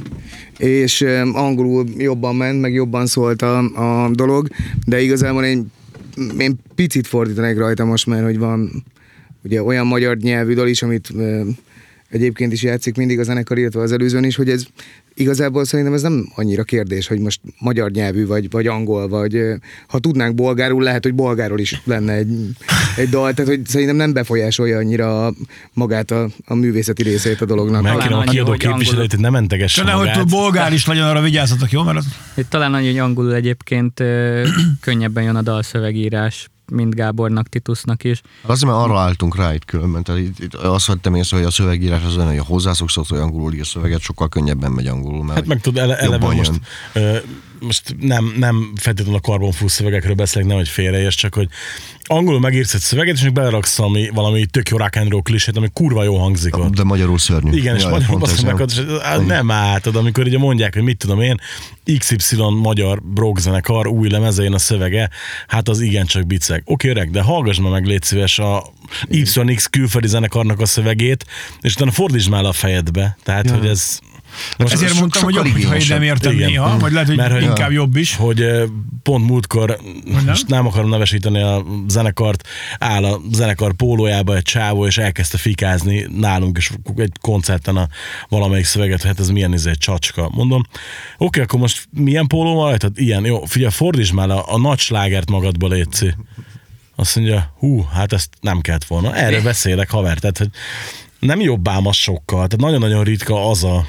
és angolul jobban ment, meg jobban szólt a, a dolog, de igazából én, én picit fordítanék rajta most, mert hogy van ugye olyan magyar nyelvű dal is, amit egyébként is játszik mindig a zenekar, illetve az előzőn is, hogy ez igazából szerintem ez nem annyira kérdés, hogy most magyar nyelvű, vagy, vagy angol, vagy ha tudnánk bolgárul, lehet, hogy bolgárul is lenne egy, egy dal, tehát hogy szerintem nem befolyásolja annyira magát a, a művészeti részét a dolognak. Megkérem a kiadó képviselőt, hogy nem mentegesse magát. Nehogy túl bolgár is legyen, arra vigyázzatok, jó? Mert az... Talán annyi, hogy angolul egyébként ö, könnyebben jön a dalszövegírás, mint Gábornak, Titusnak is. Azért, mert arra álltunk rá itt különben. Tehát itt, itt azt vettem észre, hogy a szövegírás az olyan, hogy a hozzászoksz, hogy angolul ír szöveget, sokkal könnyebben megy angolul. Mert hát meg tud ele, eleve most, ö, most nem, nem feltétlenül a karbonfúsz szövegekről beszélek, nem, hogy félreérts, csak hogy angolul megírsz egy szöveget, és még beleraksz valami, valami tök jó rock and roll klisét, ami kurva jó hangzik ott. De magyarul szörnyű. Igen, és Jaj, magyarul azt meg, nem átad, amikor ugye mondják, hogy mit tudom én, iksz ipszilon magyar rock zenekar, új lemezején a szövege, hát az igencsak biceg. Oké, öreg, de hallgass ma meg, légy szíves, a Y X külföldi zenekarnak a szövegét, és utána fordítsd már a fejedbe. Tehát, ja. hogy ez... Most ezért so, mondtam, hogy jobb, ha én nem értem igen. néha, vagy lehet, hogy mert, inkább ja. jobb is. Hogy pont múltkor, most nem akarom nevesíteni a zenekart, áll a zenekar pólójába egy csávó, és elkezdte fikázni nálunk, és egy koncerten a valamelyik szöveget, hát ez milyen ez egy csacska. Mondom, oké, akkor most milyen póló van rajtad? Ilyen, jó, figyelj, fordítsd már a, a nagy slágert magadba, létszi. Azt mondja, hú, hát ezt nem kellett volna. Erről beszélek, haver, tehát, hogy nem jobb ám az sokkal, tehát nagyon-nagyon ritka az a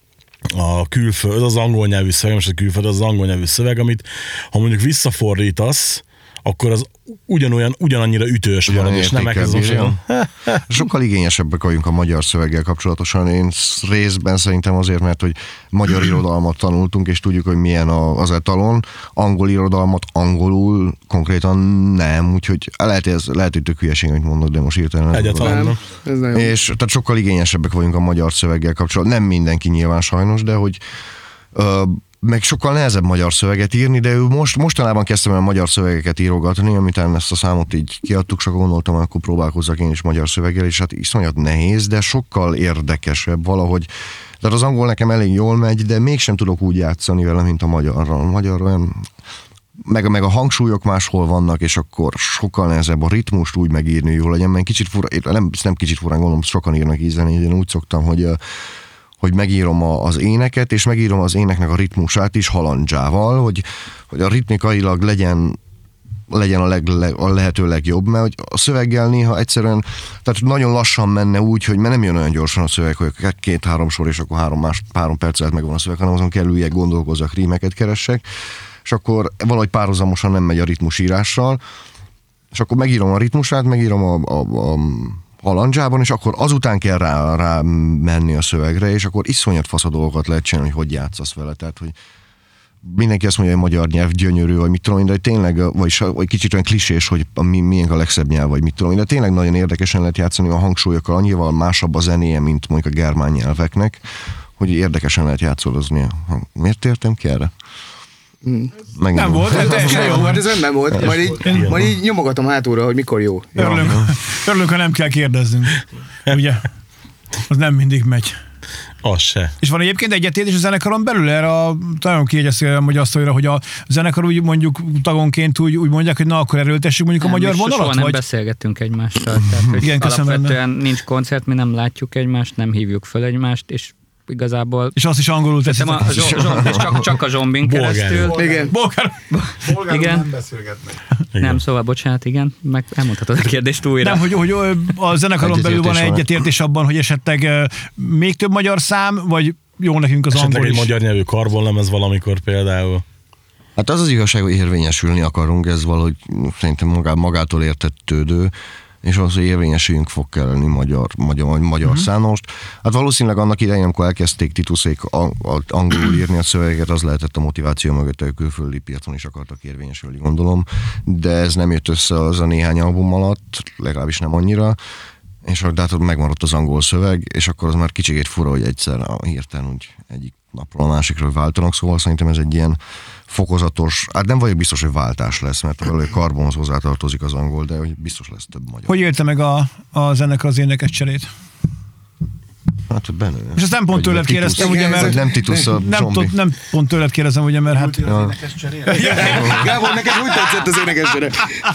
a külföld, az angol nyelvű szöveg, most a külföld, az angol nyelvű szöveg, amit ha mondjuk visszafordítasz, akkor az ugyanolyan, ugyanannyira ütős van, és nem megkezdem. Sokkal igényesebbek vagyunk a magyar szöveggel kapcsolatosan. Én részben szerintem azért, mert hogy magyar irodalmat tanultunk, és tudjuk, hogy milyen az etalon. Angol irodalmat angolul konkrétan nem, úgyhogy lehet, ez, lehet hogy tök hülyeség, amit mondod, de most írtam. Egyáltalán nem. És tehát sokkal igényesebbek vagyunk a magyar szöveggel kapcsolatban. Nem mindenki nyilván sajnos, de hogy Uh, meg sokkal nehezebb magyar szöveget írni, de ő most, mostanában kezdtem el magyar szövegeket írogatni, amitán ezt a számot így kiadtuk, csak gondoltam, akkor próbálkozzak én is magyar szöveggel, és hát iszonyat nehéz, de sokkal érdekesebb valahogy. Tehát az angol nekem elég jól megy, de mégsem tudok úgy játszani vele, mint a magyarral. A magyar olyan... Meg, meg a hangsúlyok máshol vannak, és akkor sokkal nehezebb a ritmust úgy megírni, jól legyen, mert kicsit fura, nem, nem kicsit furán gondolom, sokan írnak így zenét, én úgy szoktam, hogy hogy megírom a, az éneket, és megírom az éneknek a ritmusát is halandzsával, hogy, hogy a ritmikailag legyen, legyen a, leg, leg, a lehető legjobb, mert hogy a szöveggel néha egyszerűen, tehát nagyon lassan menne úgy, hogy mert nem jön olyan gyorsan a szöveg, hogy két-három sor, és akkor három, más, három perc alatt megvan a szöveg, hanem azon kell üljek, gondolkozzak, rímeket keressek, és akkor valahogy párhuzamosan nem megy a ritmusírással, és akkor megírom a ritmusát, megírom a, a, a halandzsában, és akkor azután kell rá, rá menni a szövegre, és akkor iszonyat fasz a dolgokat lehet csinálni, hogy hogy játszasz vele. Tehát, hogy mindenki azt mondja, hogy a magyar nyelv gyönyörű, vagy mit tudom én, de tényleg, vagy, vagy kicsit olyan klisés, hogy a, milyen a legszebb nyelv, vagy mit tudom én, de tényleg nagyon érdekesen lehet játszani a hangsúlyokkal, annyival másabb a zenéje, mint mondjuk a germán nyelveknek, hogy érdekesen lehet játszodozni. Miért értem ki erre? Megint nem volt, ez teljesen jó volt, ez rendben volt. Majd így, majd így nyomogatom hátulra, hogy mikor jó. Örülünk, örülünk, ha nem kell kérdeznünk. Ugye? Az nem mindig megy. Az se. És van egyébként egyetértés a zenekaron belül erre a, nagyon kiegyeztél, hogy azt mondja, hogy a zenekar úgy mondjuk tagonként úgy, úgy mondják, hogy na akkor erőltessük mondjuk nem, a magyar vonalat? Soha nem vagy? beszélgettünk egymással. Tehát, hogy igen, alapvetően nincs koncert, mi nem látjuk egymást, nem hívjuk föl egymást, és igazából... És azt is angolul teszitek. A zsom, zsom, és csak, csak a zsombin keresztül. Igen. Bolgár. Bolgárul nem beszélgetnek. Nem, szóval bocsánat, igen, meg elmondhatod a kérdést újra. Nem, hogy, hogy a zenekaron belül van egyetértés abban, hogy esetleg még több magyar szám, vagy jó nekünk az esetleg angol is? egy magyar nyelvű karbonlemez valamikor például. Hát az az igazság, hogy érvényesülni akarunk, ez valahogy szerintem magá, magától értetődő, és az, hogy érvényesüljünk fog kelleni magyar, magyar, magyar uh-huh. számost. Hát valószínűleg annak idején, amikor elkezdték Tituszék angolul írni a szöveget, az lehetett a motiváció mögött, hogy külföldi piacon is akartak érvényesülni, gondolom, de ez nem jött össze az a néhány album alatt, legalábbis nem annyira, és de hát megmaradt az angol szöveg, és akkor az már kicsikét fura, hogy egyszer hirtelen úgy egyik napról a másikra váltanak, szóval szerintem ez egy ilyen fokozatos, hát nem vagyok biztos, hogy váltás lesz, mert a karbonhoz hozzátartozik az angol, de hogy biztos lesz több magyar. Hogy élte meg a, a zenekar az énekes cserét? Hát benne. És ezt nem pont tőled kérdeztem, ugye, mert... Nem Titus a nem, t- nem pont tőled kérdezem, ugye, mert hát... Az énekes cserére? Gábor, neked úgy tetszett az énekes csere?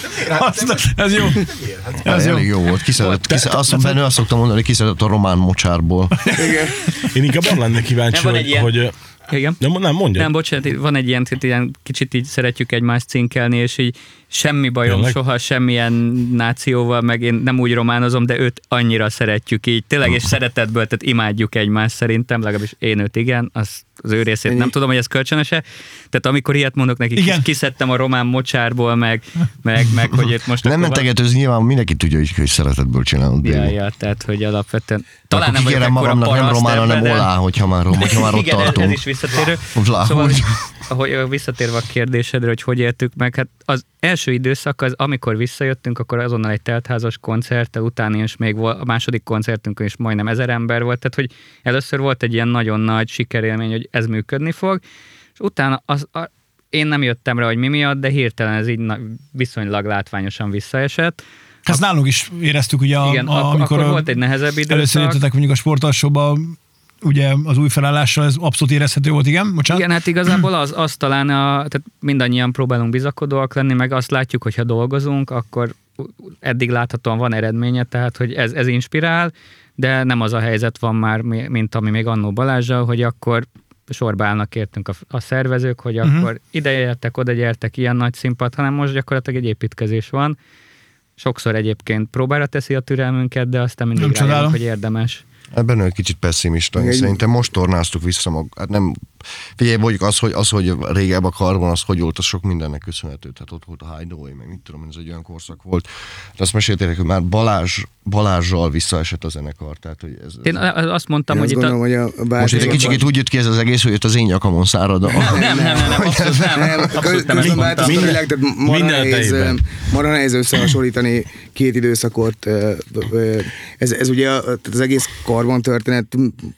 Ez jó. Ez elég jó volt. Kiszedett, kiszedett, azt, benne azt szoktam mondani, hogy kiszedett a román mocsárból. Igen. Én inkább arra lennék kíváncsi, hogy... hogy igen. Nem, nem mondja. Nem, bocsánat, van egy ilyen, ilyen kicsit így szeretjük egymást cinkelni, és így semmi bajom Jönnek? soha semmilyen nációval, meg én nem úgy románozom, de őt annyira szeretjük így, tényleg, és szeretetből, tehát imádjuk egymást szerintem, legalábbis én őt igen, az, az ő részét Ennyi. nem tudom, hogy ez kölcsönöse. Tehát amikor ilyet mondok neki, igen. kiszedtem a román mocsárból, meg, meg, meg hogy itt most... Nem mentegetőz, nyilván mindenki tudja, hogy, hogy szeretetből csinálod. Ja, ja, tehát, hogy alapvetően... Talán nem vagyok ekkora paraszt, nem román, hanem de... olá, hogyha már, hogyha már ott igen, tartunk. Igen, ez is visszatérő. Szóval, hogy, ahogy visszatérve a kérdésedre, hogy hogy éltük meg, hát az első időszak az, amikor visszajöttünk, akkor azonnal egy teltházas koncerttel, utána is még volt, a második koncertünkön is majdnem ezer ember volt, tehát hogy először volt egy ilyen nagyon nagy sikerélmény, hogy ez működni fog, és utána az, a, én nem jöttem rá, hogy mi miatt, de hirtelen ez így na, viszonylag látványosan visszaesett. Ezt nálunk is éreztük, ugye, a, igen, a, ak- amikor akkor volt egy nehezebb időszak. Először jöttetek mondjuk a sportalsóba, ugye az új felállással ez abszolút érezhető volt, igen? Bocsánat. Igen, hát igazából az, az talán, a, tehát mindannyian próbálunk bizakodóak lenni, meg azt látjuk, hogy ha dolgozunk, akkor eddig láthatóan van eredménye, tehát hogy ez, ez inspirál, de nem az a helyzet van már, mint ami még annó Balázsral, hogy akkor sorba állnak értünk a, a szervezők, hogy uh-huh. akkor ide gyertek, oda gyertek, ilyen nagy színpad, hanem most gyakorlatilag egy építkezés van. Sokszor egyébként próbára teszi a türelmünket, de aztán mindig rájönnek, hogy érdemes. Ebben egy kicsit pessimista. Én szerintem most tornáztuk vissza mag... Hát nem... Figyelj, mondjuk az, hogy, az, hogy régebb a karbon, az hogy volt, az sok mindennek köszönhető. Tehát ott volt a Hideaway, meg mit tudom, ez egy olyan korszak volt. De azt mesélték, hogy már Balázs, Balázsral visszaesett a zenekar. Tehát, hogy ez, ez én azt mondtam, én hogy azt itt gondolom, a... hogy a most egy kicsit úgy jött ki ez az egész, hogy itt az én nyakamon szárad. A... Nem, nem, nem, nem, abszolút nem. nem, Abszolút nem, közben változott a világ, tehát marha nehéz, marha nehéz összehasonlítani két időszakot. Ez, ez ugye az egész karbon történet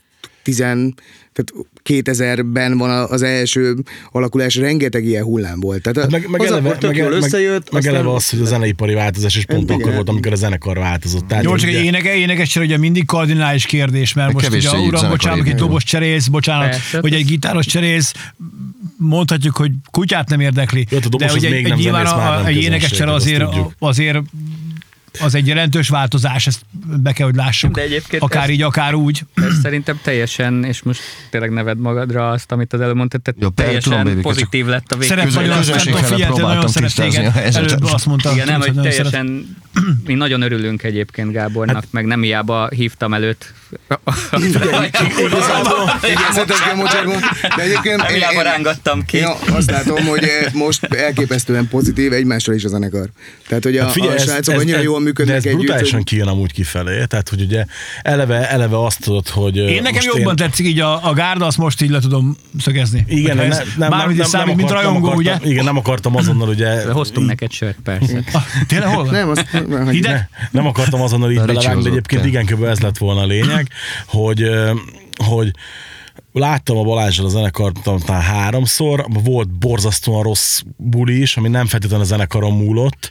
tizen, tehát kétezerben van az első alakulás, rengeteg ilyen hullám volt. Tehát meg, meg az eleve, akkor tök meg, jól meg, összejött. meg aztán... eleve az, hogy a zeneipari változás is pont Igen. akkor volt, amikor a zenekar változott. Tehát Jó, csak ugye- egy éneke, énekesre ugye mindig kardinális kérdés, mert Meg most kevés ugye, együtt uram, zenekar bocsánat, egy énekel. dobos cserész, bocsánat, Persze, hogy egy gitáros cserész, mondhatjuk, hogy kutyát nem érdekli. Jó, a dobos de az ugye még egy, nem nyilván zenész, már a, nem egy közönség, énekesre azt azért, tudjuk. azért az egy jelentős változás, ezt be kell, hogy lássuk. De egyébként akár ez- így, akár úgy. Ez szerintem teljesen, és most tényleg neved magadra azt, amit az előbb mondtad, tehát Jó, persze, teljesen tudom, baby, pozitív lett a vég. Szeret közön- nagyon, közönség nem tudom, felett figyeltél, nagyon próbáltam szeret tisztázni téged. a helyzetet. Előbb azt mondta. Igen, nem, tudod, hogy nagyon szeret. teljesen, mi nagyon örülünk egyébként Gábornak, hát, meg nem hiába hívtam előtt. De egyébként Nem hiába rángattam ki. Én azt látom, hogy most elképesztően pozitív egymásra is a zenekar. Tehát, hogy a, Hát figyelj, a ez- srácok ez- annyira ez- jól de működnek ez együtt. brutálisan hogy- kijön amúgy kifelé, tehát hogy ugye eleve, eleve azt tudod, hogy... Én nekem jobban tetszik így a, a gárda, azt most így le tudom szögezni. Igen, Hogyha ne, ez nem, bármit nem, is nem, számít, mint akart- rajongó, nem ugye? akartam, igen, nem akartam azonnal ugye... Hoztunk neked sört, persze. Ah, tényleg hol van? Nem, azt nem, Hideg? Ne, nem akartam azonnal így Na, belevágni, de Ricsi egyébként hozott igen, kb. Ez lett volna a lényeg, hogy, ö, hogy láttam a Balázsral a zenekart talán háromszor, volt borzasztóan rossz buli is, ami nem feltétlenül a zenekaron múlott,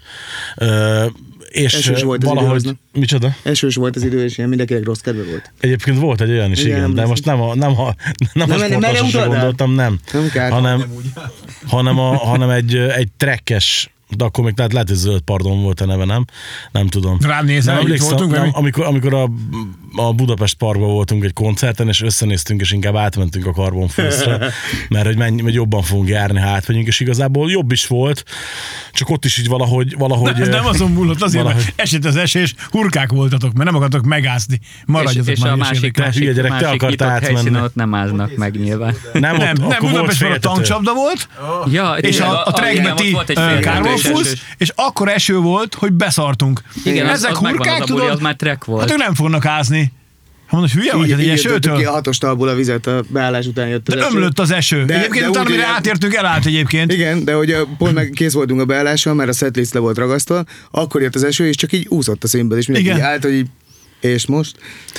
ö, és Esős volt az idő, valahogy... aznap. Micsoda? Esős volt az idő, és ilyen mindenkinek rossz kedve volt. Egyébként volt egy olyan is, igen, Igen, igen de ez most nem a, nem a, nem a Nem, nem, nem sportosra utalnál? gondoltam, nem. Nem kár. hanem, hanem, a, hanem egy, egy trekkes, de akkor még tehát lehet, hogy Zöld Pardon volt a neve, nem? Nem tudom. Rám nézel, nem együtt emlékszem, voltunk, nem, vagy mi? amikor, amikor a, a Budapest Parkban voltunk egy koncerten, és összenéztünk, és inkább átmentünk a Carbon Foods-ra, mert hogy, mennyi, hogy jobban fogunk járni, ha átmegyünk, és igazából jobb is volt, csak ott is így valahogy... valahogy Ez nem azon múlott, azért, valahogy- mert esett az eső, és hurkák voltatok, mert nem akartok megázni. Maradjatok és, és már a is másik, érdekel. másik, Hülye gyerek, te másik akartál nyitott átmenni. helyszínen ott nem áznak meg nyilván. Nem, Nem, ott, nem, akkor volt Budapesten a féltető. tankcsapda volt, Ja, és tényleg, a, a igen, trackbe ott ti volt egy uh, félreértés, Carbon esős. Foods, és akkor eső volt, hogy beszartunk. Igen, az, Ezek az megvan, hurkák, az a buli, tudod? az már track volt. Hát ők nem fognak ázni. Hát mondod, hülye vagy, Így, hát egy így jöttök ki esőtől? a hatos talból a vizet, a beállás után jött az De eső. ömlött az eső. De- Egyébként de utána, úgy, mire hogy- átértünk, elállt egyébként. Igen, de hogy a- pont meg kész voltunk a beállással, mert a setlist le volt ragasztva, akkor jött az eső, és csak így úszott a színből, és mindenki Igen. így állt, hogy így, és most?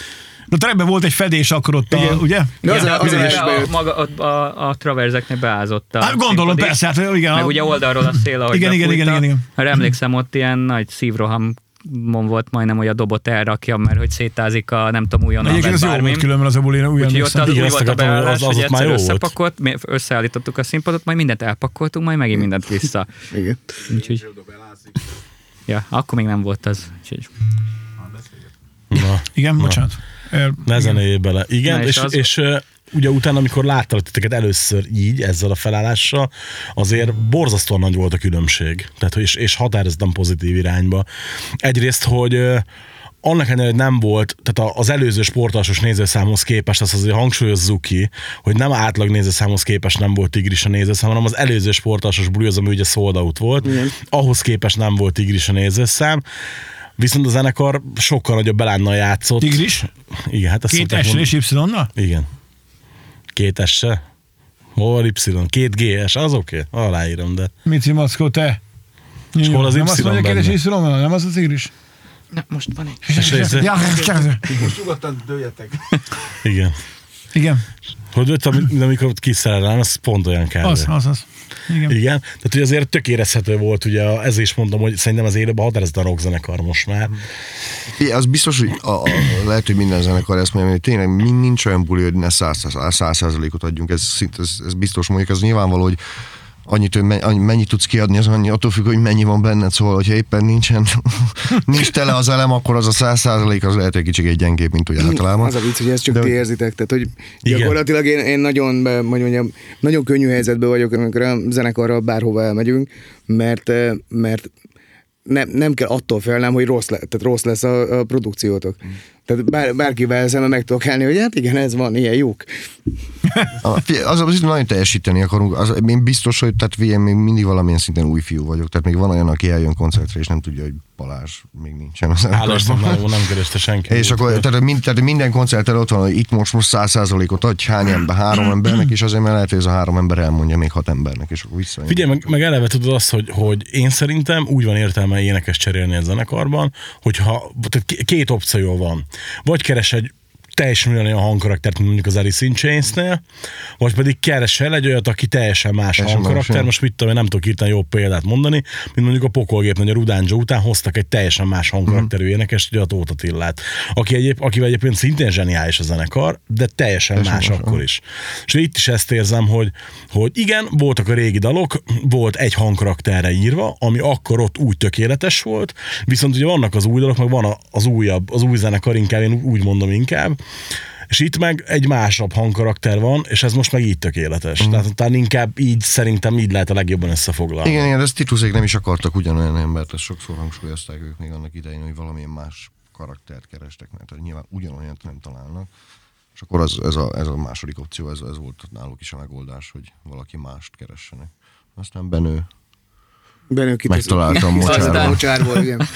A trackben volt egy fedés akkor ott, a, Igen. ugye? De az, Igen, a, az de a, a, a, a, maga, a, a, a traverzeknek beázott a Hát gondolom, színpad is. persze, hát igen. Meg a- ugye oldalról a szél, ahogy Igen, igen, igen, befújta. igen, igen. Ha emlékszem, ott ilyen nagy szívroham volt majdnem, hogy a dobot elrakja, mert hogy szétázik a nem tudom újonnan Egyébként vett ez jó volt bármi. különben az a bulin, úgy Úgyhogy ott emlékszem. az Igen, úgy azt volt a akartam, hogy beállás, az- az hogy ott már egyszer jó volt. összepakolt, mi összeállítottuk a színpadot, majd mindent elpakoltunk, majd megint mindent vissza. igen. Úgyhogy, ja, akkor még nem volt az. Úgyhogy, Na, Igen, bocsánat. Er- ne zenéljél bele. Igen, Na, és, és az- és, és ugye utána, amikor láttalak titeket először így, ezzel a felállással, azért borzasztóan nagy volt a különbség. Tehát, és, és határozottan pozitív irányba. Egyrészt, hogy ö, annak ellenére, hogy nem volt, tehát a- az előző sportalsos nézőszámhoz képest, azt azért hangsúlyozzuk ki, hogy nem átlag nézőszámhoz képest nem volt tigris a nézőszám, hanem az előző sportalsos buli az, ami ugye sold out volt, igen. Ahhoz képest nem volt tigris a nézőszám, viszont a zenekar sokkal nagyobb belánnal játszott. Tigris? Igen, hát ezt Két szokták S-sel mondani. és Y-nal? Igen. Két S-se? Hol van Y? Két G S? Az oké, okay. Aláírom, de... Mici Mackó, te? És hol az nem Y azt mondja, benne? két és Y-nal, nem az a tigris? na, most van egy. És ez- Ja, Most nyugodtan dőljetek. Igen. igen, Hogy ott, ami- amikor kiszerelem, az pont olyan kell. az, az, az. Igen. Igen, tehát hogy azért tök érezhető volt, ugye a- ezért is mondom, hogy szerintem az élőben határozottan rockzenekar most már. Igen, az biztos, hogy a, a, lehet, hogy minden zenekar ezt mondja, hogy tényleg min- nincs olyan buli, hogy ne száz százalékot adjunk, ez, szint- ez, ez biztos, mondjuk az nyilvánvaló, hogy annyit, hogy me- annyi, mennyit tudsz kiadni, az annyi, attól függ, hogy mennyi van benned, szóval, hogyha éppen nincsen, nincs tele az elem, akkor az a száz százalék az lehet egy kicsit egy gyengébb, mint úgy általában. Az a vicc, hogy ezt csak De- ti érzitek. Tehát, hogy Igen. gyakorlatilag én, én nagyon, be- hogy mondjam, nagyon könnyű helyzetben vagyok, amikor a zenekarral bárhova elmegyünk, mert, eh, mert nem, nem kell attól félnem, hogy rossz, le, tehát rossz lesz a, a produkciótok. Tehát bár, bárkivel szemben meg tudok állni, hogy hát igen, ez van, ilyen jók. A- figyelj, Az, az nagyon teljesíteni akarunk. Az, én biztos, hogy tehát figyelj, még mindig valamilyen szinten új fiú vagyok. Tehát még van olyan, aki eljön koncertre, és nem tudja, hogy Balázs még nincsen a Hála Istennek, zenekarban. nem kereste senki. És akkor tehát, mind, tehát minden koncerten ott van, hogy itt most most száz százalékot adj, hány ember, három embernek, és azért mert lehet, hogy ez a három ember elmondja még hat embernek, és akkor visszajön. Figyelj, meg, meg eleve tudod azt, hogy, hogy én szerintem úgy van értelme énekes cserélni a zenekarban, hogyha tehát k- két opció van. Vagy keres egy teljesen olyan hangkaraktert, mint mondjuk az Alice in Chains-nél, vagy pedig keresel egy olyat, aki teljesen más Teljesen hangkarakter, más, most mit tudom, én nem tudok írtani jobb példát mondani, mint mondjuk a Pokolgép Nagy a Rudán Joe után hoztak egy teljesen más hangkarakterű énekest, ugye a Tóth Attillát, aki egyéb, akivel egyébként szintén zseniális a zenekar, de teljesen Teljesen más más, akkor is. És itt is ezt érzem, hogy, hogy igen, voltak a régi dalok, volt egy hangkarakterre írva, ami akkor ott úgy tökéletes volt, viszont ugye vannak az új dalok, meg van az újabb, az új zenekar, inkább én úgy mondom inkább, és itt meg egy másabb hangkarakter van, és ez most meg így tökéletes. Mm. Tehát talán inkább így, szerintem így lehet a legjobban összefoglalni. Igen, igen, ezt Tituszék nem is akartak ugyanolyan embert, ezt sokszor hangsúlyozták ők még annak idején, hogy valamilyen más karaktert kerestek, mert hogy nyilván ugyanolyat nem találnak. És akkor az, ez, a, ez a második opció, ez, ez volt náluk is a megoldás, hogy valaki mást keressenek. Aztán Benő Benő megtaláltam mocsárból. Mocsárból. igen.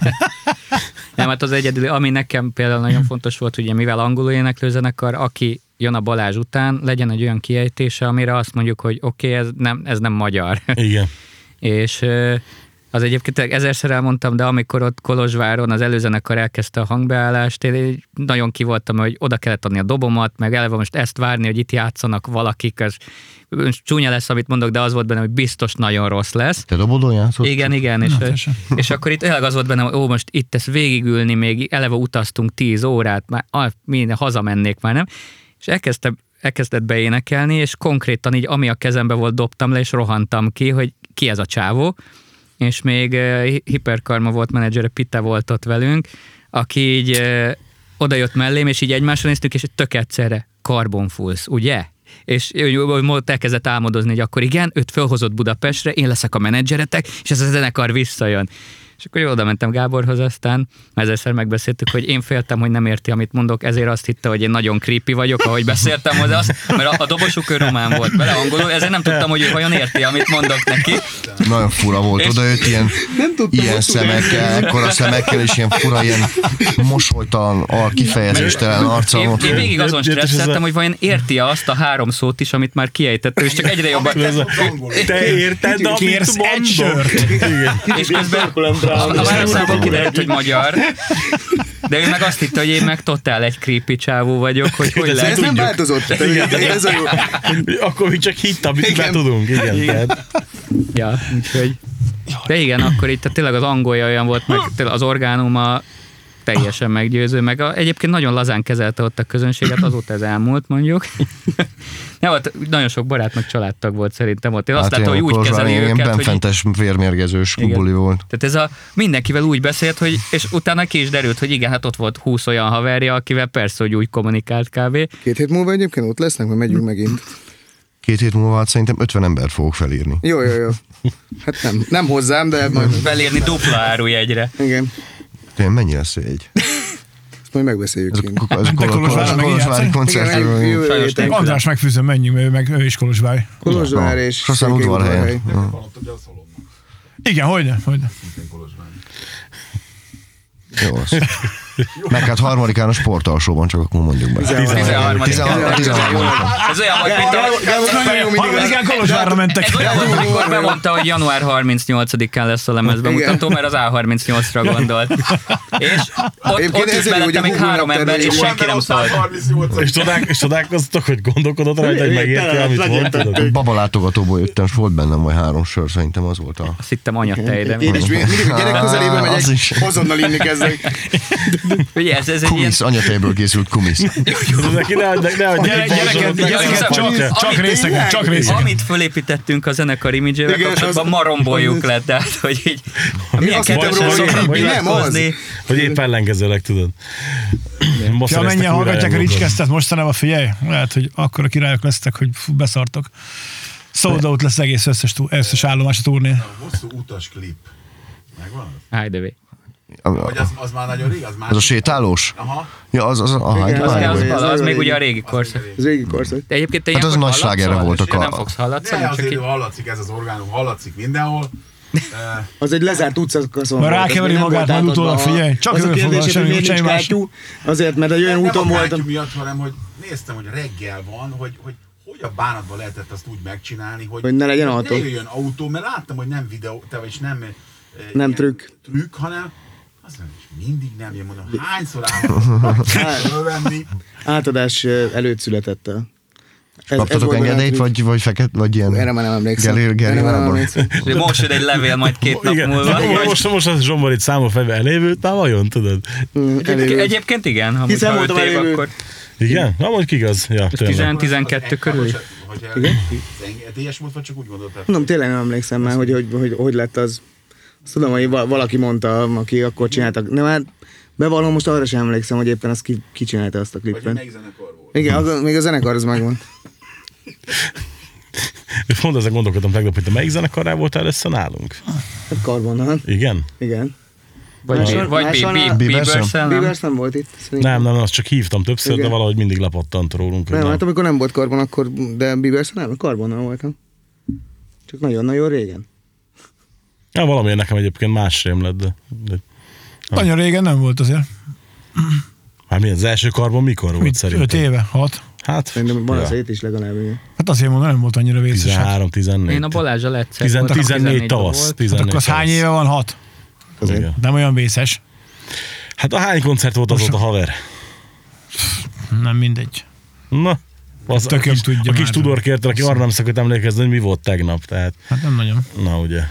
Nem, hát az egyedül, ami nekem például nagyon fontos volt, ugye mivel angolul éneklő zenekar, aki jön a Balázs után, legyen egy olyan kiejtése, amire azt mondjuk, hogy oké, okay, ez, nem, ez nem magyar. Igen. És az egyébként ezerszer elmondtam, de amikor ott Kolozsváron az előzenekar elkezdte a hangbeállást, én nagyon ki voltam, hogy oda kellett adni a dobomat, meg eleve most ezt várni, hogy itt játszanak valakik, az csúnya lesz, amit mondok, de az volt benne, hogy biztos nagyon rossz lesz. Te dobodon játszott? Igen, igen, és, Na, és akkor itt tényleg az volt benne, hogy ó, most itt ezt végigülni, még eleve utaztunk tíz órát, már ah, minden hazamennék már, nem? És elkezdtem, elkezdett beénekelni, és konkrétan így, ami a kezembe volt, dobtam le, és rohantam ki, hogy ki ez a csávó, és még uh, Hiperkarma volt menedzsere, Pite volt ott velünk, aki így uh, odajött mellém, és így egymásra néztük, és tök egyszerre Carbon Fools, ugye? És elkezdett álmodozni, hogy akkor igen, őt fölhozott Budapestre, én leszek a menedzseretek, és ez a zenekar visszajön. És akkor oda mentem Gáborhoz, aztán ezerszer megbeszéltük, hogy én féltem, hogy nem érti, amit mondok, ezért azt hitte, hogy én nagyon creepy vagyok, ahogy beszéltem hozzá, azt, mert a, a dobosuk ő román volt vele angolul, ezért nem tudtam, hogy ő vajon érti, amit mondok neki. Nagyon fura volt, oda jött ilyen, ilyen szemekkel, ekkora szemekkel, és ilyen fura, ilyen mosolytalan, kifejezéstelen arccal. Én, én végig azon stresszeltem, hogy vajon érti azt a három szót is, amit már kiejtett, és csak egyre jobban... Te érted, amit mondok? És közben a válaszából kiderült, hogy magyar, de ő meg azt hitte, hogy én meg totál egy creepy csávó vagyok, hogy hogy lehet. Ez nem változott. Ez a jó. Akkor mi csak hitt, amit be tudunk. Igen, igen. Ja, úgyhogy... De igen, akkor itt tényleg az angolja olyan volt, meg az orgánuma teljesen meggyőző, meg a, egyébként nagyon lazán kezelte ott a közönséget, azóta ez elmúlt mondjuk. Nem, ott nagyon sok barátnak családtag volt szerintem ott. Én azt hát látom, hogy úgy kezeli őket, ilyen hogy... benfentes, vérmérgezős buli volt. Tehát ez a mindenkivel úgy beszélt, hogy, és utána ki is derült, hogy igen, hát ott volt húsz olyan haverja, akivel persze, hogy úgy kommunikált kb. Két hét múlva egyébként ott lesznek, mert megyünk megint. Két hét múlva hát szerintem ötven embert fogok felírni. Jó, jó, jó. Hát nem, nem hozzám, de majd... Felírni dupla árujegyre. Igen. Tényleg mennyi lesz egy? Ezt majd megbeszéljük. Ez a Kolozsvári koncert. András megfűzöm, menjünk, meg ő is Kolozsvári. Kolozsvár és aztán Udvarhelyen. Igen, hogyne, hogyne. Jó az. Meg hát harmadikán a sportalsóban, csak akkor mondjuk be. tizenharmadikán Ez olyan volt, mint a... Harmadikán Kolozsvárra mentek. Ez olyan volt, amikor bemondta, hogy január harmincnyolcadikán lesz a lemezbemutató, mert az á harmincnyolcra gondolt. És ott, ott is mellette még három ember, és senki nem szólt. És, csodák, és csodálkoztok, hogy gondolkodott rajta, hogy megérti, amit mondtad? Babalátogatóból jöttem, és volt bennem majd három sör, szerintem az volt a... Azt hittem anyatejre. Én is mindig a gyerek közelébe megyek, azonnal inni kezdek. Ugye ez, ez egy kumisz, ilyen... anyatejből készült kumisz. Csak részegen, csak részegen. Amit fölépítettünk a zenekar imidzsével kapcsolatban, ma romboljuk le, tehát hogy így milyen kedvesen szoktak nyilatkozni. Hogy épp ellenkezőleg, tudod. Ja, mennyien hallgatják a Ricskesztet mostanában, figyelj, lehet, hogy akkor a királyok lesztek, hogy fú, beszartok. Sold out lesz egész összes, összes állomás a turnén. Hosszú utas klip. Megvan? Hideaway. Vagy az, az már nagyon rég, az már... Az a sétálós? Aha. Ja, az, az, aha, igen, az, az, az, az, az még ugye a régi Az korszak. Ez régi korszak. De egyébként te hát az nagy ilyenkor slágerre hallatszol, voltak a... nem fogsz hallatszani, De csak azért így... hallatszik ez az orgánum, hallatszik mindenhol. Az egy lezárt utcakaszon. Már rákeveri magát, majd utólag figyelj. Csak az a kérdés, hogy miért nincs más. kátyú. Azért, mert egy olyan úton voltam. voltam. Nem a miatt, hanem hogy néztem, hogy reggel van, hogy, hogy hogy a bánatban lehetett azt úgy megcsinálni, hogy, hogy ne legyen autó. Ne jöjjön autó, mert láttam, hogy nem videó, te vagyis nem... Nem trükk. Trükk, hanem Azt mondja, mindig nem jön, mondom, hányszor állom venni. Átadás előtt született el. Kaptatok engedélyt, vagy, vagy feket, vagy ilyen... Erre már nem emlékszem. Gelir, gelir, most jön egy levél majd két nap Igen, múlva. most, most, most az Zsomborit számol fejbe elévült, már vajon, tudod? Egyébként, egyébként igen, ha Hiszen most voltam öt év, elévült. akkor Igen? Na, mondjuk igaz. Ja, tényleg. tizenkettő körül. Igen? Engedélyes volt, vagy csak úgy gondoltál? Mondom, tényleg nem emlékszem már, hogy hogy, hogy hogy lett az. Azt tudom, hogy valaki mondta, aki akkor csináltak. Nem, hát bevallom, most arra sem emlékszem, hogy éppen azt ki, ki csinálta azt a Vagy klipet. melyik zenekar volt? Igen, az, még a zenekar az megvan. Pont ezzel gondolkodtam tegnap, hogy te melyik zenekarrál voltál össze nálunk? Hát Karbonnal. Igen? Igen. Vagy, Máshol- vagy máshol Bieber- a- Bieber-szel, nem? Bieber nem volt itt. Szerintem. Nem, nem, azt csak hívtam többször, Igen. de valahogy mindig lepattant rólunk. hogy Nem, nem. hát amikor nem volt Karbon, akkor, de Bieber nem, Karbonnal voltam. Csak nagyon-nagyon régen. Ja, valamiért nekem egyébként más rém lett, de, de Nagyon régen nem volt azért. hát mi az első karbon mikor volt Mit, szerintem? öt éve, hat. Hát, Szerintem van ja, az hét is legalább. Igen. Hát azért mondom, nem volt annyira vészes. Hát, tizenhárom tizennégy. Én a Balázsal egyszer Tizen- voltam, tizennégy tizennégyben tavasz. volt. tizennégy akkor az hány tavasz. éve van? Hat. Azért. Igen. Nem olyan vészes. Hát a hány koncert volt azóta, haver? Nem mindegy. Na, az a Tököm kis, tudja a kis már. Tudor kérte, aki arra nem szokott emlékezni, hogy mi volt tegnap. Tehát, Hát nem nagyon. na ugye.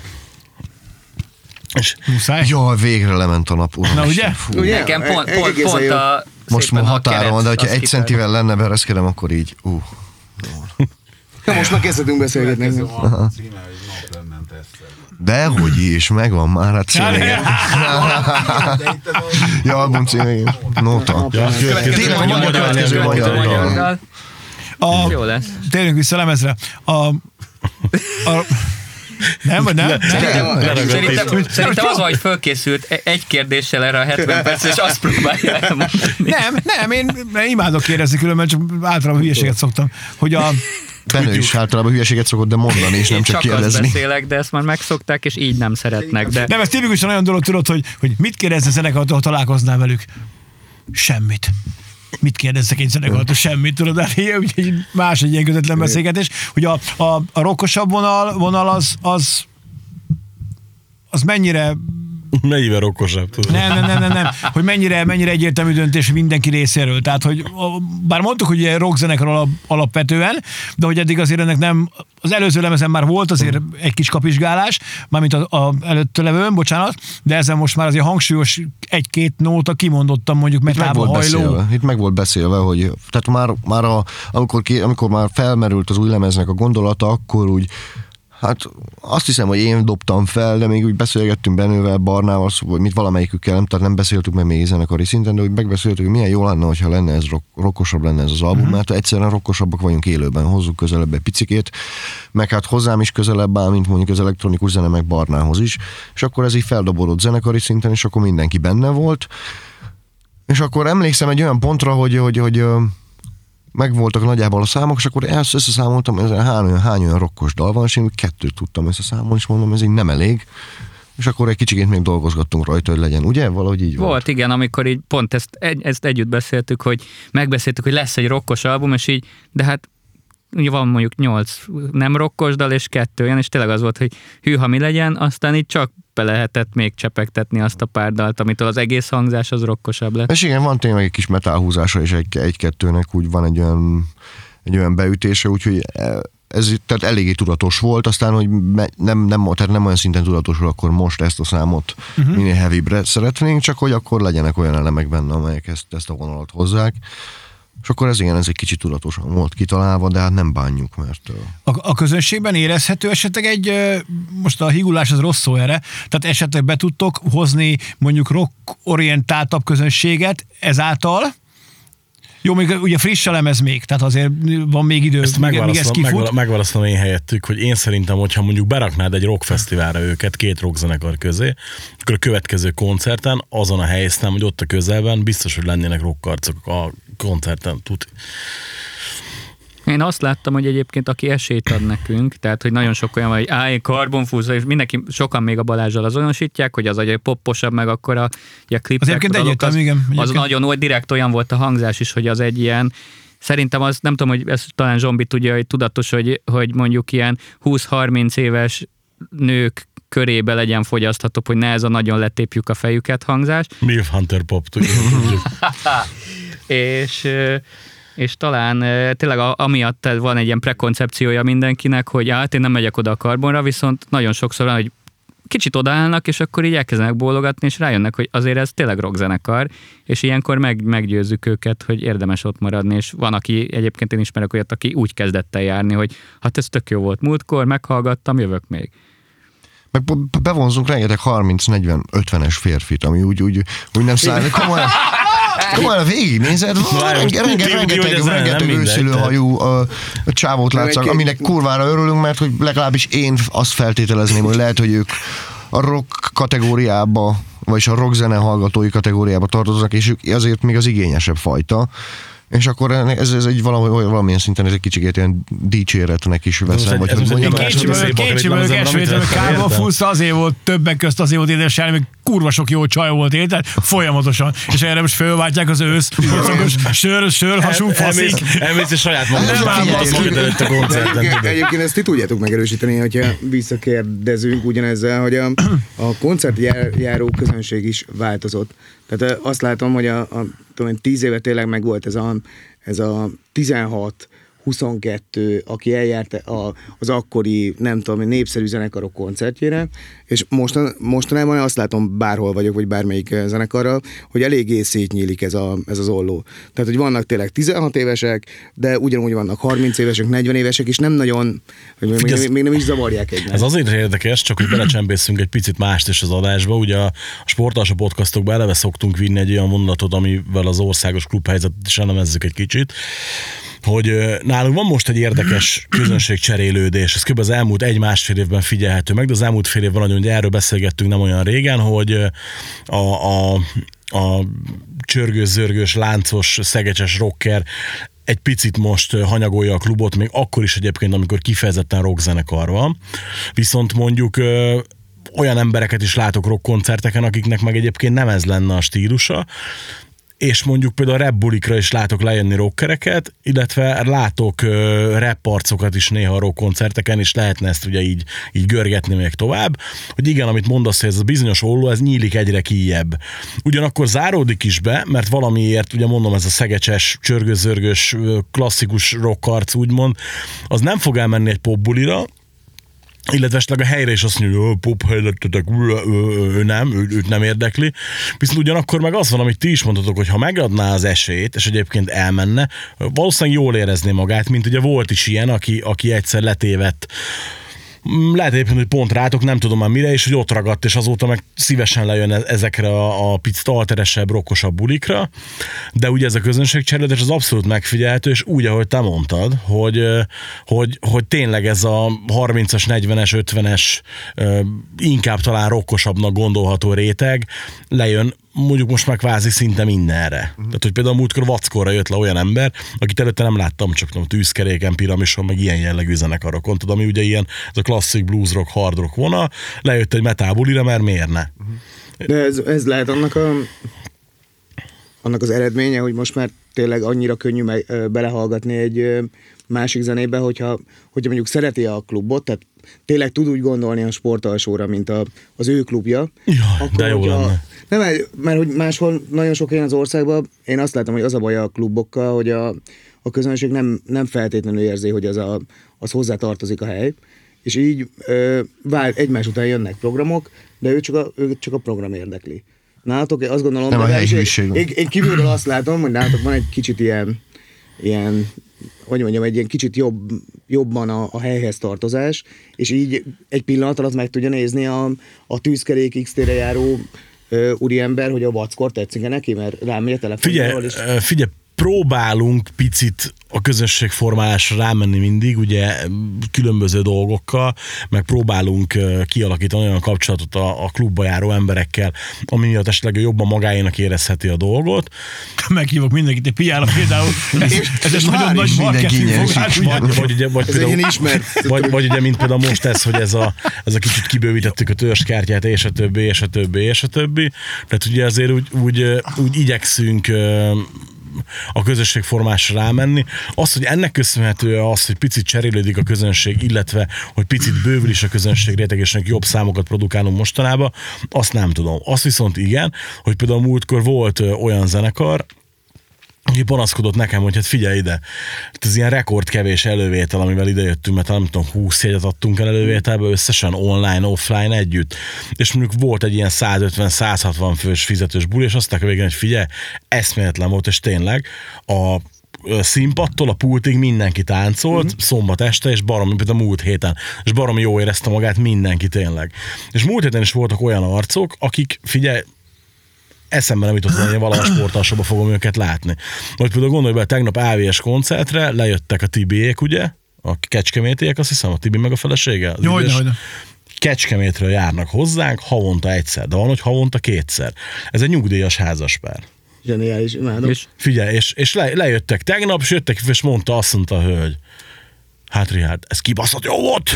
És Muszáj. Jaj, végre lement a nap, uram. Na ugye? Fú. Ugye? Nekem pont, Egy- pont, egészen pont jó. a Most szépen már a határon keret, van, de hogyha az egy kitart. centivel lenne, bereszkedem, akkor így. Uh. Ja, most már kezdhetünk beszélgetni. Következő album címe, hogy Naplemen tesztel. Dehogy is, megvan már, hát szépen. De itt ez a... Ja, album címe, igen. Nota. ja, következő Tényleg, a magyar magyar következő nyelven magyar mondani. dal. Magyar A, Jó lesz. térjünk vissza a lemezre. A, a, nem, vagy nem? nem? Szerintem, szerintem, szerintem Jó. az, hogy fölkészült e- egy kérdéssel erre a hetven perc, és azt próbálja elmondani. Nem, nem, én imádok kérdezni különben, csak általában hülyeséget szoktam, hogy a, Benő is általában hülyeséget szokott, de mondani, és nem Én csak csak azt kérdezni. beszélek, de ezt már megszokták, és így nem szeretnek. De nem, ez tipikusan olyan dolog, tudod, hogy, hogy mit kérdezne zenekartól, ha találkoznál velük? Semmit. Mit kérdezzek egy zenekartól? Semmit, tudod, de egy más egy ilyen közvetlen beszélgetés, hogy a, a, a rockosabb vonal, vonal az, az, az mennyire Mennyivel rokkosabb, tudod? Nem, nem, nem, nem, nem. Hogy mennyire, mennyire egyértelmű döntés mindenki részéről. Tehát, hogy a- bár mondtuk, hogy ilyen rockzenekar alap, alapvetően, de hogy eddig azért ennek nem, az előző lemezen már volt azért egy kis kapizsgálás, mármint a, a előtte levőn, bocsánat, de ezen most már azért hangsúlyos egy-két nóta kimondottam mondjuk Itt meg metába volt hajló. beszélve, itt meg volt beszélve, hogy tehát már, már a, amikor, ki, amikor már felmerült az új lemeznek a gondolata, akkor úgy hát azt hiszem, hogy én dobtam fel, de még úgy beszélgettünk Benővel, Barnával, vagy mit valamelyikükkel, nem, tehát nem beszéltük meg még zenekari szinten, de úgy megbeszéltük, hogy milyen jó lenne, hogyha lenne ez rock, rockosabb lenne ez az album, uh-huh. mert egyszerűen rockosabbak vagyunk élőben, hozzuk közelebb egy picikét, meg hát hozzám is közelebb áll, mint mondjuk az elektronikus zene, meg Barnához is, és akkor ez így feldobódott zenekari szinten, és akkor mindenki benne volt, és akkor emlékszem egy olyan pontra, hogy, hogy, hogy megvoltak nagyjából a számok, és akkor ezt összeszámoltam, hogy hány olyan, hány olyan rokkos dal van, és én kettőt tudtam összeszámolni, és mondom, ez így nem elég. És akkor egy kicsikét még dolgozgattunk rajta, hogy legyen, ugye? Valahogy így volt. volt, igen, amikor így pont ezt, egy, ezt együtt beszéltük, hogy megbeszéltük, hogy lesz egy rokkos album, és így, de hát ugye van mondjuk nyolc nem rokkos dal, és kettő olyan, és tényleg az volt, hogy hű, ha mi legyen, aztán így csak be lehetett még csepegtetni azt a pár dalt, amitől az egész hangzás az rokkosabb lett. És igen, van tényleg egy kis metálhúzása, és egy, egy-kettőnek úgy van egy olyan, egy olyan beütése, úgyhogy ez tehát eléggé tudatos volt, aztán, hogy me, nem, nem, tehát nem olyan szinten tudatos, hogy akkor most ezt a számot uh-huh. minél heavybre szeretnénk, csak hogy akkor legyenek olyan elemek benne, amelyek ezt, ezt a vonalat hozzák. És akkor ez igen, ez egy kicsit tudatosan volt kitalálva, de hát nem bánjuk, mert... A, a közönségben érezhető esetleg egy, most a higulás az rossz szó erre, tehát esetleg be tudtok hozni mondjuk rock-orientáltabb közönséget ezáltal. Jó, még ugye friss a lemez még, tehát azért van még idő, Ezt még, még ez kifut. megválasztom én helyettük, hogy én szerintem, hogyha mondjuk beraknád egy rockfesztiválra őket két rockzenekar közé, akkor a következő koncerten, azon a helyszínen, hogy ott a közelben, biztos, hogy lennének rockarcok a koncerten. Tud. Én azt láttam, hogy egyébként aki esélyt ad nekünk, tehát hogy nagyon sok olyan van, hogy áj, karbonfúzó, és mindenki, sokan még a Balázsral azonosítják, hogy az egy popposabb, meg akkor a, a klipek, Az egyébként egyértelmű, az, igen. az Egyébként. nagyon úgy, direkt olyan volt a hangzás is, hogy az egy ilyen, szerintem az, nem tudom, hogy ez talán Zsombi tudja, hogy tudatos, hogy, hogy mondjuk ilyen húsz-harminc éves nők körébe legyen fogyasztható, hogy ne ez a nagyon letépjük a fejüket hangzás. Milf Hunter Pop, tudjuk. és, és talán tényleg amiatt van egy ilyen prekoncepciója mindenkinek, hogy hát én nem megyek oda a karbonra, viszont nagyon sokszor van, hogy kicsit odaállnak, és akkor így elkezdenek bólogatni, és rájönnek, hogy azért ez tényleg rockzenekar, és ilyenkor meg, meggyőzzük őket, hogy érdemes ott maradni, és van, aki egyébként én ismerek olyat, aki úgy kezdett el járni, hogy hát ez tök jó volt múltkor, meghallgattam, jövök még. Meg bevonzunk rengeteg harminc negyven ötvenes férfit, ami úgy, úgy, úgy nem száll. Komolyan, komolyan végignézed, rengeteg, rengeteg őszülőhajú csávót látszak, aminek kurvára örülünk, mert hogy legalábbis én azt feltételezném, hogy lehet, hogy ők a rock kategóriába, vagyis a rockzene hallgatói kategóriába tartoznak, és ők azért még az igényesebb fajta. És akkor ez, ez egy valami, valamilyen szinten ez egy kicsit ilyen dicséretnek is veszem. Vagy hogy mondjam, kétségbe esvétem, hogy Kárba Fusz azért volt, többek közt azért volt édesel, még kurva sok jó csaj volt érted, folyamatosan. És erre most fölváltják az ősz, sör, sör, hasú faszik. Elmész és saját magad a koncerten. Egyébként ezt ti tudjátok megerősíteni, hogyha visszakérdezünk ugyanezzel, hogy a, a koncertjáró közönség is változott. Tehát azt látom, hogy a, a tudom, tíz éve tényleg meg volt ez a, ez a tizenhat huszonkettő, aki eljárt a, az akkori, nem tudom, népszerű zenekarok koncertjére, és mostan, mostanában azt látom, bárhol vagyok, vagy bármelyik zenekarral, hogy eléggé szétnyílik ez, a, ez az olló. Tehát, hogy vannak tényleg tizenhat évesek, de ugyanúgy vannak harminc évesek, negyven évesek, és nem nagyon, hogy még, ez, még nem is zavarják egymást. Ez azért érdekes, csak hogy belecsempészünk egy picit mást is az adásba. Ugye a Sportalsó podcastokban eleve szoktunk vinni egy olyan mondatot, amivel az országos klubhelyzetet is elemezzük egy kicsit, hogy nálunk van most egy érdekes közönségcserélődés, ez kb. Az elmúlt egy-másfél évben figyelhető meg, de az elmúlt fél évben nagyon, ugye erről beszélgettünk nem olyan régen, hogy a, a, a csörgős-zörgős, láncos, szegecses rocker egy picit most hanyagolja a klubot, még akkor is egyébként, amikor kifejezetten rockzenekar van. Viszont mondjuk olyan embereket is látok rockkoncerteken, akiknek meg egyébként nem ez lenne a stílusa, és mondjuk például a rap bulikra is látok lejönni rockereket, illetve látok uh, rap arcokat is néha a rock koncerteken, és lehetne ezt ugye így, így görgetni még tovább, hogy igen, amit mondasz, hogy ez a bizonyos olló, ez nyílik egyre kijjebb. Ugyanakkor záródik is be, mert valamiért, ugye mondom, ez a szegecses, csörgős-zörgős, klasszikus rock arc, úgymond, az nem fog elmenni egy popbulira, illetve esetleg a helyre is azt mondja, hogy pop helylettetek, ő nem, ő, őt nem érdekli. Viszont ugyanakkor meg az van, amit ti is mondhatok, hogy ha megadná az esélyt, és egyébként elmenne, valószínűleg jól érezné magát, mint ugye volt is ilyen, aki, aki egyszer letévedt. Lehet egyébként, hogy pont rátok, nem tudom már mire, és hogy ott ragadt, és azóta meg szívesen lejön ezekre a, a picit alteresebb, rokkosabb bulikra, de ugye ez a közönségcserélődés az abszolút megfigyelhető, és úgy, ahogy te mondtad, hogy, hogy, hogy tényleg ez a harmincas, negyvenes, ötvenes, inkább talán rokkosabbnak gondolható réteg lejön mondjuk most már kvázi szinte mindenre. Uh-huh. Tehát, hogy például múltkor Vackorra jött le olyan ember, akit előtte nem láttam, csak nem, tűzkeréken, piramison, meg ilyen jellegű zenekarokon, tudom, ami ugye ilyen, ez a klasszik blues rock, hard rock vonal, lejött egy metal bulira, mert miért ne? Uh-huh. De ez, ez lehet annak a annak az eredménye, hogy most már tényleg annyira könnyű meg, ö, belehallgatni egy ö, másik zenébe, hogyha, hogyha mondjuk szereti a klubot, tehát tényleg tud úgy gondolni a Sportalsóra, mint a, az ő klubja. Ja, akkor, de jó hogyha, lenne. Nem, mert hogy máshol nagyon sok helyen az országban, én azt látom, hogy az a baj a klubokkal, hogy a, a közönség nem, nem feltétlenül érzi, hogy az, a, az hozzá tartozik a hely, és így ö, vár, egymás után jönnek programok, de ő csak a, ő csak a program érdekli. Nálatok azt gondolom, nem a én, én, én kívülről azt látom, hogy nálatok van egy kicsit ilyen, ilyen hogy mondjam, egy ilyen kicsit jobb, jobban a, a helyhez tartozás, és így egy pillanat alatt meg tudja nézni a, a tűzkerék iksz té-re járó uh, úriember, hogy a Vackor tetszik neki, mert rámegy a telefonról. Figyelj, és... figyelj, próbálunk picit a közösségformálásra rámenni mindig, ugye különböző dolgokkal, meg próbálunk kialakítani olyan kapcsolatot a, a klubba járó emberekkel, ami miatt esetleg jobban magáénak érezheti a dolgot. Meghívok mindenkit egy piára például. Ez, ez egy nagyon nagy marketing fogás. Vagy, vagy, ugye, vagy, például, vagy, vagy ugye, mint például most ez, hogy ez a, ez a kicsit kibővítettük a törzskártyát, és a többi, és a többi, és a többi. Tehát ugye azért úgy, úgy, úgy igyekszünk a közösségformásra rámenni. Az, hogy ennek köszönhető az, hogy picit cserélődik a közönség, illetve, hogy picit bővül is a közönség rétegésnek jobb számokat produkálunk mostanában, azt nem tudom. Azt viszont igen, hogy például múltkor volt olyan zenekar, aki panaszkodott nekem, hogy hát figyelj ide, ez ilyen rekord kevés elővétel, amivel idejöttünk, mert nem tudom, húsz jegyet adtunk el elővételbe összesen online, offline együtt, és mondjuk volt egy ilyen százötven-százhatvan fős fizetős buli, és azt a végén, hogy figyelj, eszméletlen volt, és tényleg a színpadtól a pultig mindenki táncolt, uh-huh. szombat este, és baromi, például múlt héten, és baromi jó érezte magát mindenki tényleg. És múlt héten is voltak olyan arcok, akik, figyelj, eszembe nem jutott, hogy valahol sportalsóba fogom őket látni. Vagy például gondolj be, tegnap á vé es koncertre lejöttek a Tibiék, ugye? A kecskemétiek, azt hiszem, a Tibi meg a felesége. Hogyne, hogyne. Kecskemétről járnak hozzánk havonta egyszer, de van, hogy havonta kétszer. Ez egy nyugdíjas házaspár. Zseniális, imádom. És Figyelj, és, és le, lejöttek tegnap, és jöttek, és mondta, azt mondta a hölgy, hát Richard, ez kibaszott jó volt!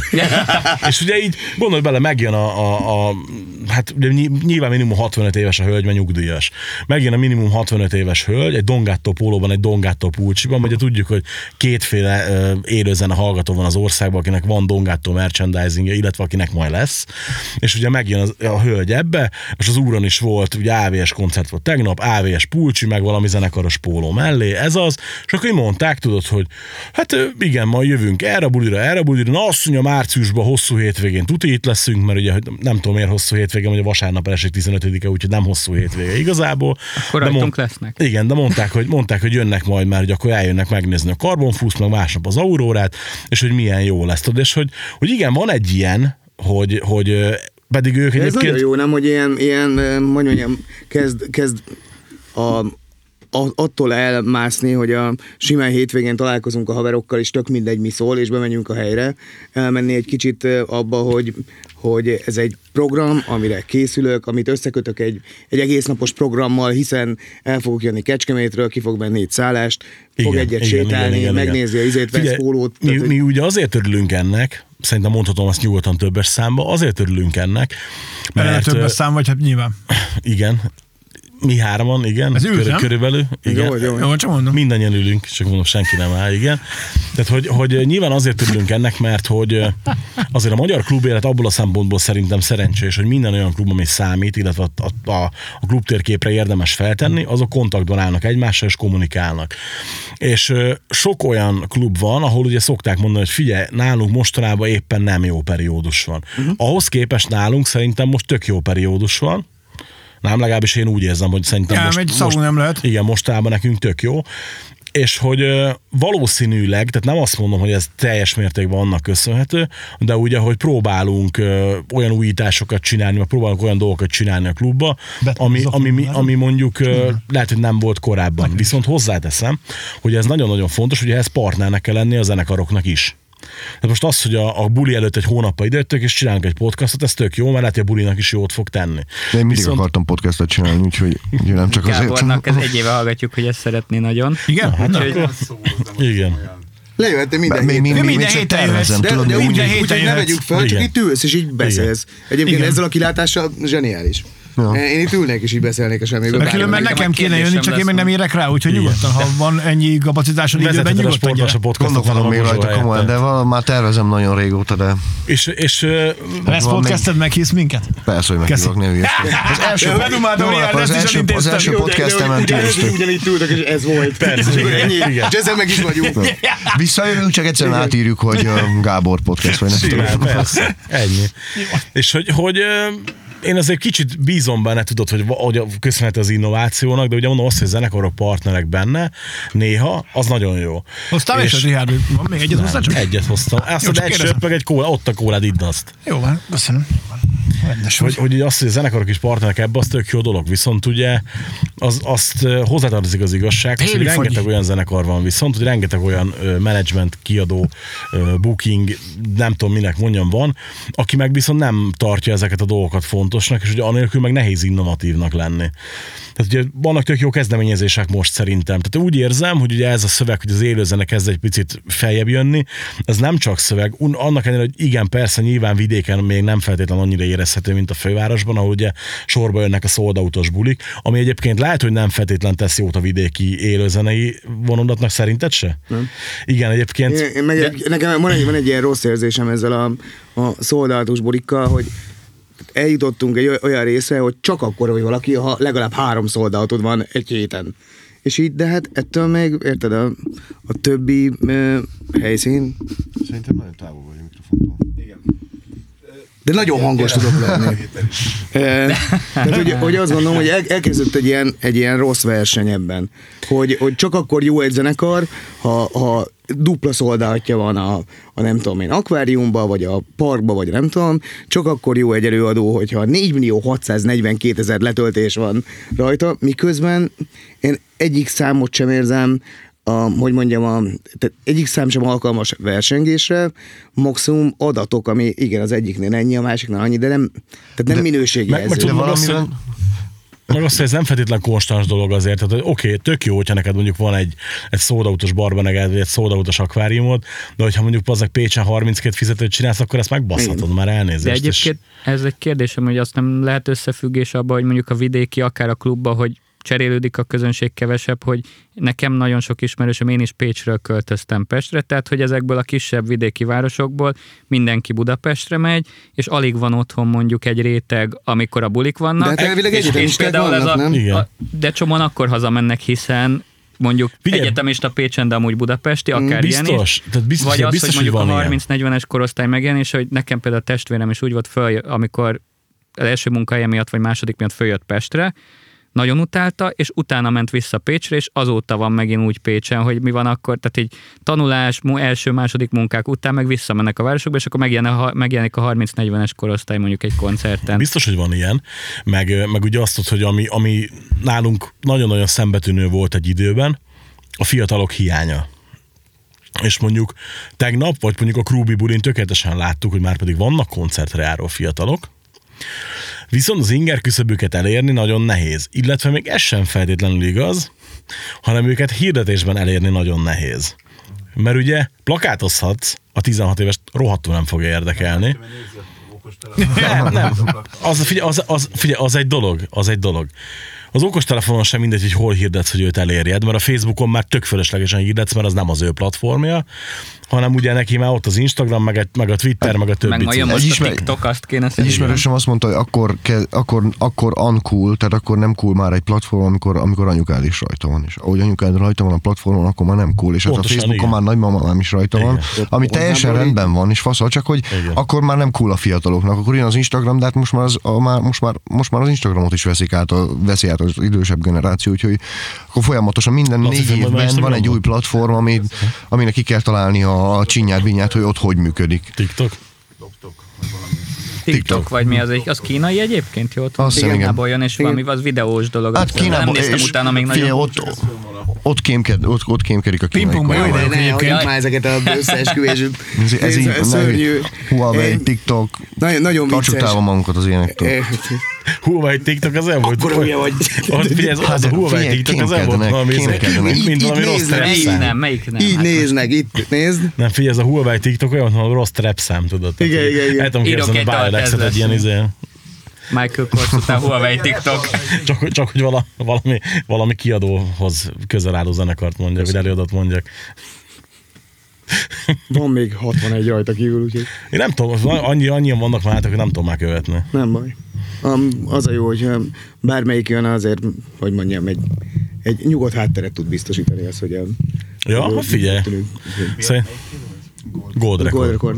És ugye így gondolj bele, megjön a, a, a hát nyilván minimum hatvanöt éves a hölgy, mert nyugdíjas. Megjön a minimum hatvanöt éves hölgy, egy Dongato pólóban, egy Dongato pulcsiban, ugye tudjuk, hogy kétféle uh, élőzene hallgató van az országban, akinek van Dongato merchandisingja, illetve akinek majd lesz. És ugye megjön az, a hölgy ebbe, és az úron is volt, ugye á vé es koncert volt tegnap, á vé es pulcsi, meg valami zenekaros póló mellé, ez az, és akkor így mondták, tudod, hogy hát igen, majd jövünk erre a bulira, erre a bulira, na azt mondja, márciusban hosszú hétvégén tuti itt leszünk, mert ugye nem tudom miért hosszú hétvégén, hogy a vasárnap esik tizenötödike, úgyhogy nem hosszú hétvége igazából. akkor de rajtunk mond, lesznek. Igen, de mondták, hogy, mondták, hogy jönnek majd már, hogy akkor eljönnek megnézni a Carbon Fuszt, meg másnap az Aurórát, és hogy milyen jó lesz. Tudod, és hogy, hogy igen, van egy ilyen, hogy, hogy pedig ők Ez egyébként... nagyon jó, nem, hogy ilyen, ilyen hogy mondjam, kezd, kezd a attól elmászni, hogy a simán hétvégén találkozunk a haverokkal, és tök mindegy mi szól, és bemegyünk a helyre, elmenni egy kicsit abba, hogy, hogy ez egy program, amire készülök, amit összekötök egy, egy egész napos programmal, hiszen el fogok jönni Kecskemétről, ki fog menni egy szállást, fog Igen, egyet igen, sétálni, igen, igen, megnézi igen. a izét, vesz pólót. Mi, tehát, mi ugye azért örülünk ennek, szerintem mondhatom azt nyugodtan többes számba, azért örülünk ennek, Mert mert... többes szám vagy, hát nyilván. Igen. Mi hárman, igen. Ez ült, Körül, nem? körülbelül. Igen. Jó, jó. Jó, csak mondom. Mindannyian ülünk, csak mondom, senki nem áll, igen. Tehát, hogy, hogy nyilván azért örülünk ennek, mert hogy azért a magyar klubélet abból a szempontból szerintem szerencsés, hogy minden olyan klub, ami számít, illetve a, a, a klub térképre érdemes feltenni, azok kontaktban állnak egymással és kommunikálnak. És sok olyan klub van, ahol ugye szokták mondani, hogy figyelj, nálunk mostanában éppen nem jó periódus van. Uh-huh. Ahhoz képest nálunk szerintem most tök jó periódus van. Nem, legalábbis én úgy érzem, hogy szerintem Ja, most, egy szavú most, nem lehet. Igen, mostában nekünk tök jó. És hogy ö, valószínűleg, tehát nem azt mondom, hogy ez teljes mértékben annak köszönhető, de ugye, hogy próbálunk ö, olyan újításokat csinálni, vagy próbálunk olyan dolgokat csinálni a klubba, ami, ami, ami, ami mondjuk ö, lehet, hogy nem volt korábban. Viszont hozzáteszem, hogy ez nagyon-nagyon fontos, hogy ehhez partnernek kell lenni a zenekaroknak is. Tehát most az, hogy a, a buli előtt egy hónappal idejöttök, és csinálunk egy podcastot, ez tök jó, mert lehet, hogy a bulinak is jót fog tenni. De én mindig Viszont... akartam podcastot csinálni, úgyhogy úgyhogy nem csak azért. Gábornak ez egy éve hallgatjuk, hogy ezt szeretné nagyon. Igen? Hát Úgyhogy- akkor... Igen. Lejöhettél minden Még héten. még minden még csak héten tervezem, De, tudod, de még úgy, minden úgy, héten hogy ne jöhetsz. vegyük fel, csak Igen. itt ülsz, és így beszélsz. Egyébként Igen. ezzel a kilátással zseniális. Ja. Én itt ülnék, és így beszélnék a semmiből. Mert különben nekem nekem egy kéne jönni, kérdésem csak én lesz meg nem érek rá, úgyhogy nyugodtan, ha van ennyi kapacitásod időben, Vezeted a nyugodtan gyere. sportolás a podcastot, Gondolkodom még hanem a rajta Bozsó komolyan, de helyett. val- már tervezem nagyon régóta, de És, és ö, Lesz van podcasted, meghisz minket? persze, hogy Köszi. meghívok, ne hülyeskedj. Az első, Ja, bedumáltam, jó, Richard, akkor az ezt is első, az elintéztem. első Jó, de- podcastemen túlztük. Ugyanígy túltak, és ez volt. Persze, És akkor igen, ennyi. igen. És ezzel meg is vagyunk. Visszajövünk, csak egyszerűen átírjuk, hogy ö, Gábor podcast, vagy nem simán, tudom. persze. Ennyi. És hogy, hogy ö, én azért kicsit bízom benne, tudod, hogy, hogy köszönhet az innovációnak, de ugye mondom azt, hogy zenekarok partnerek benne, néha, az nagyon jó. Hoztál és... is, Richard? Van még egyet hoztál csak? Egyet hoztam. Azt Jó, egy csak kérdezem. sört, meg egy kóla, ott a kólád, idd azt. Jó van, köszönöm. Rendes Hogy, vagy. hogy így azt, hogy a zenekarok is partnerek ebbe, az tök jó dolog. Viszont ugye az, azt ö, hozzátartozik az igazság, hogy Téli rengeteg fagyi. olyan zenekar van viszont, hogy rengeteg olyan ö, management, kiadó, ö, booking, nem tudom minek mondjam van, aki meg viszont nem tartja ezeket a dolgokat fontosnak, és ugye anélkül meg nehéz innovatívnak lenni. Tehát ugye vannak tök jó kezdeményezések most szerintem. Tehát úgy érzem, hogy ugye ez a szöveg, hogy az élőzene kezd egy picit feljebb jönni, ez nem csak szöveg, Un- annak ellenére, hogy igen, persze nyilván vidéken még nem feltétlenül annyira érezhető érezhető, mint a fővárosban, ahol ugye sorba jönnek a sold out-os bulik, ami egyébként lehet, hogy nem feltétlen tesz jót a vidéki élőzenei vonulatnak, szerinted se? Nem. Igen, egyébként... Én, én meg de... egy, nekem van egy, van egy ilyen rossz érzésem ezzel a, a sold out-os bulikkal, hogy eljutottunk egy olyan részre, hogy csak akkor, hogy valaki, ha legalább három sold out-od van egy héten. És így, de hát ettől még, érted, a, a többi uh, helyszín... Szerintem nagyon távol vagy a mikrofontól. Igen. De nagyon hangos tudok lenni. Tehát, hogy, hogy azt gondolom, hogy el, elkezdett egy ilyen, egy ilyen rossz verseny ebben. Hogy, hogy csak akkor jó egy zenekar, ha, ha dupla szoldálatja van a, a nem tudom én, akváriumba, vagy a parkba, vagy nem tudom, csak akkor jó egy előadó, hogyha négy millió hatszáznegyvenkétezer letöltés van rajta, miközben én egyik számot sem érzem, a, hogy mondjam, a, tehát egyik szám sem alkalmas versengésre, maximum adatok, ami igen, az egyiknél ennyi, a másiknál annyi, de nem, tehát nem de, minőségi meg, meg tudom, valamivel... Meg azt, hogy ez nem feltétlen konstans dolog azért, tehát hogy oké, okay, tök jó, hogyha neked mondjuk van egy, egy sold out-os barbaneged, vagy egy sold out-os akváriumod, de hogyha mondjuk azok Pécsen harminckét fizetőt csinálsz, akkor ezt megbaszhatod, igen. Már elnézést. De egyébként és... ez egy kérdésem, hogy azt nem lehet összefüggés abban, hogy mondjuk a vidéki, akár a klubba, hogy cserélődik a közönség kevesebb, hogy nekem nagyon sok ismerősöm, én is Pécsről költöztem Pestre, tehát hogy ezekből a kisebb vidéki városokból mindenki Budapestre megy, és alig van otthon mondjuk egy réteg, amikor a bulik vannak. De elvileg egyetemisták vannak, a, nem? A, de csomóan akkor hazamennek, hiszen mondjuk Figyelj. egyetemista Pécsen, de amúgy budapesti, akár biztos, ilyen is. Tehát biztos, vagy az, biztos, hogy mondjuk hogy a harminc-negyvenes korosztály megjelenés, hogy nekem például a testvérem is úgy volt föl, amikor az első munkahelye miatt, vagy második miatt följött Pestre, nagyon utálta, és utána ment vissza Pécsre, és azóta van megint úgy Pécsen, hogy mi van akkor, tehát így tanulás, első-második munkák után meg visszamennek a városokba, és akkor megjelenik a harminc-negyvenes korosztály mondjuk egy koncerten. Biztos, hogy van ilyen, meg, meg ugye azt, hogy ami, ami nálunk nagyon-nagyon szembetűnő volt egy időben, a fiatalok hiánya. És mondjuk tegnap, vagy mondjuk a Krúbi bulin tökéletesen láttuk, hogy már pedig vannak koncertre járó fiatalok, viszont az inger küszöbüket elérni nagyon nehéz, illetve még ez sem feltétlenül igaz, hanem őket hirdetésben elérni nagyon nehéz. Mert ugye plakátozhatsz, a tizenhat éves rohadtul nem fogja érdekelni. Nem, nem. Az, figyelj, az, az, figyelj, az egy dolog, az egy dolog. Az okostelefonon sem mindegy, hogy hol hirdetsz, hogy őt elérjed, mert a Facebookon már tök fölöslegesen hirdetsz, mert az nem az ő platformja, hanem ugye neki már ott az Instagram, meg, meg a Twitter, meg a többi. Meg majd most a TikTok, azt kéne egy ismerősöm azt mondta, hogy akkor, ke, akkor, akkor uncool, tehát akkor nem cool már egy platform, amikor, amikor anyukád is rajta van. És ahogy anyukád rajta van a platformon, akkor már nem cool. És hát a Facebookon igen. Már nagymamám is rajta igen. Van, ami teljesen rendben van, és faszol, csak hogy igen. Akkor már nem cool a fiataloknak. Akkor jön az Instagram, de hát most már az, a, már, most már, most már az Instagramot is veszik át, a, veszi át az idősebb generáció, úgyhogy akkor folyamatosan minden Laci négy évben van egy új platform, ami, aminek ki kell találni a, a csinyát, binyát, hogy ott hogy működik. TikTok? TikTok, TikTok vagy mi az egy, az kínai egyébként, jó? Ott Kínából jön, és valami az videós dolog. Hát Kínából, nem néztem utána még nagyon. Ott, ott, kémked, ott, ott kémkedik a kínai. Pingpongban jó vagyok egyébként. Már ezeket a összeesküvés. Ez így szörnyű. Huawei, TikTok. Nagyon tartsuk távol magunkat az ilyenektől. Huawei, TikTok az el volt. Akkor hülye vagy. Az a Huawei, TikTok az el volt valami, mint valami rossz trapszám. Nem, melyik nem? Így néznek, itt nézd. Nem, figyelj, ez a Huawei, TikTok olyan, hogy rossz trapszám, tudod. Igen, igen, igen. El tudom képzelni a Biolexet egy ilyen izé. Michael Kors után Huawei TikTok. Csak, csak hogy vala, valami, valami kiadóhoz közel álló zenekart mondjak, vagy előadót mondjak. Van még hatvanegy rajta kívül, úgyhogy... Én nem tudom, annyi, annyian vannak már, hogy nem tudom már követni. Nem baj. Um, az a jó, hogy bármelyik jön azért, hogy mondjam, egy, egy nyugodt hátteret tud biztosítani az, hogy... A, ja, a, figyelj. Szóval, Gold Record. Gold Record.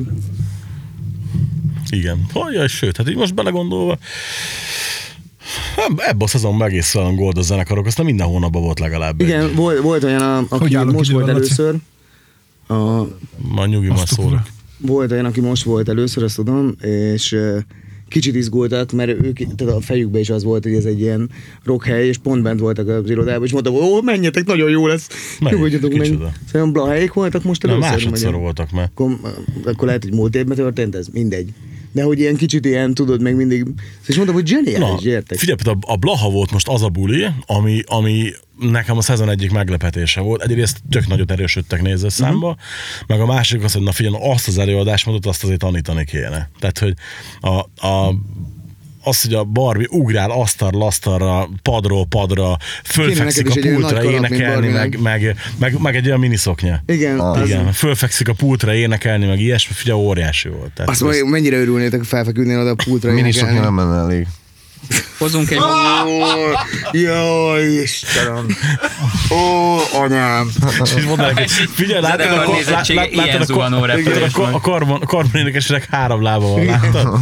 Igen. Jaj, sőt, hát így most belegondolva, ebben a szezonban egész olyan Gold a zenekarok, aztán minden hónapban volt legalább igen, egy. Volt, volt olyan, a, aki most volt először. A, Ma nyugi, ma szólok. Volt olyan, aki most volt először, azt tudom, és kicsit izgultak, mert ők, tehát a fejükben is az volt, hogy ez egy ilyen rockhely, és pont bent voltak az irodában, és mondtam, hogy ó, menjetek, nagyon jó lesz. Nyugodjatok meg. Szóval blahelyik voltak most először. Na, másodszor voltak már. Akkor, akkor lehet, hogy múlt évben történt ez, mindegy. De hogy ilyen kicsit ilyen, tudod, meg mindig... És mondtam, hogy zseniális, értek. Figyelj, a, a Blaha volt most az a buli, ami, ami nekem a szezon egyik meglepetése volt. Egyrészt tök nagyot erősödtek nézőszámba, uh-huh. meg a másik az, hogy na figyelj, azt az előadásmódot azt azért tanítani kéne. Tehát, hogy a, a az, hogy a Barbie ugrál asztalra, asztalra, padról padra, fölfekszik a neked is egy pultra olyan nagy kalap, mint énekelni, meg, Barbie-nek. meg, meg, meg egy olyan miniszoknya. Igen, az, Igen, fölfekszik a pultra énekelni, meg ilyesmi, figyelj, óriási volt. Tehát azt ez- mondja, mennyire örülnétek, ha felfeküdnél oda a pultra Miniszoknya énekelni. nem menne elég. Hozunk egy... Jaj, Istenem. Ó, anyám. És mondanak, hogy figyelj, látod a, Zenekar kor- nézettsége lát- ilyen látod a, zuhanó kor- látod a, repülés kor- a volt. karbon, a karbon énekesnek három lába van, láttad?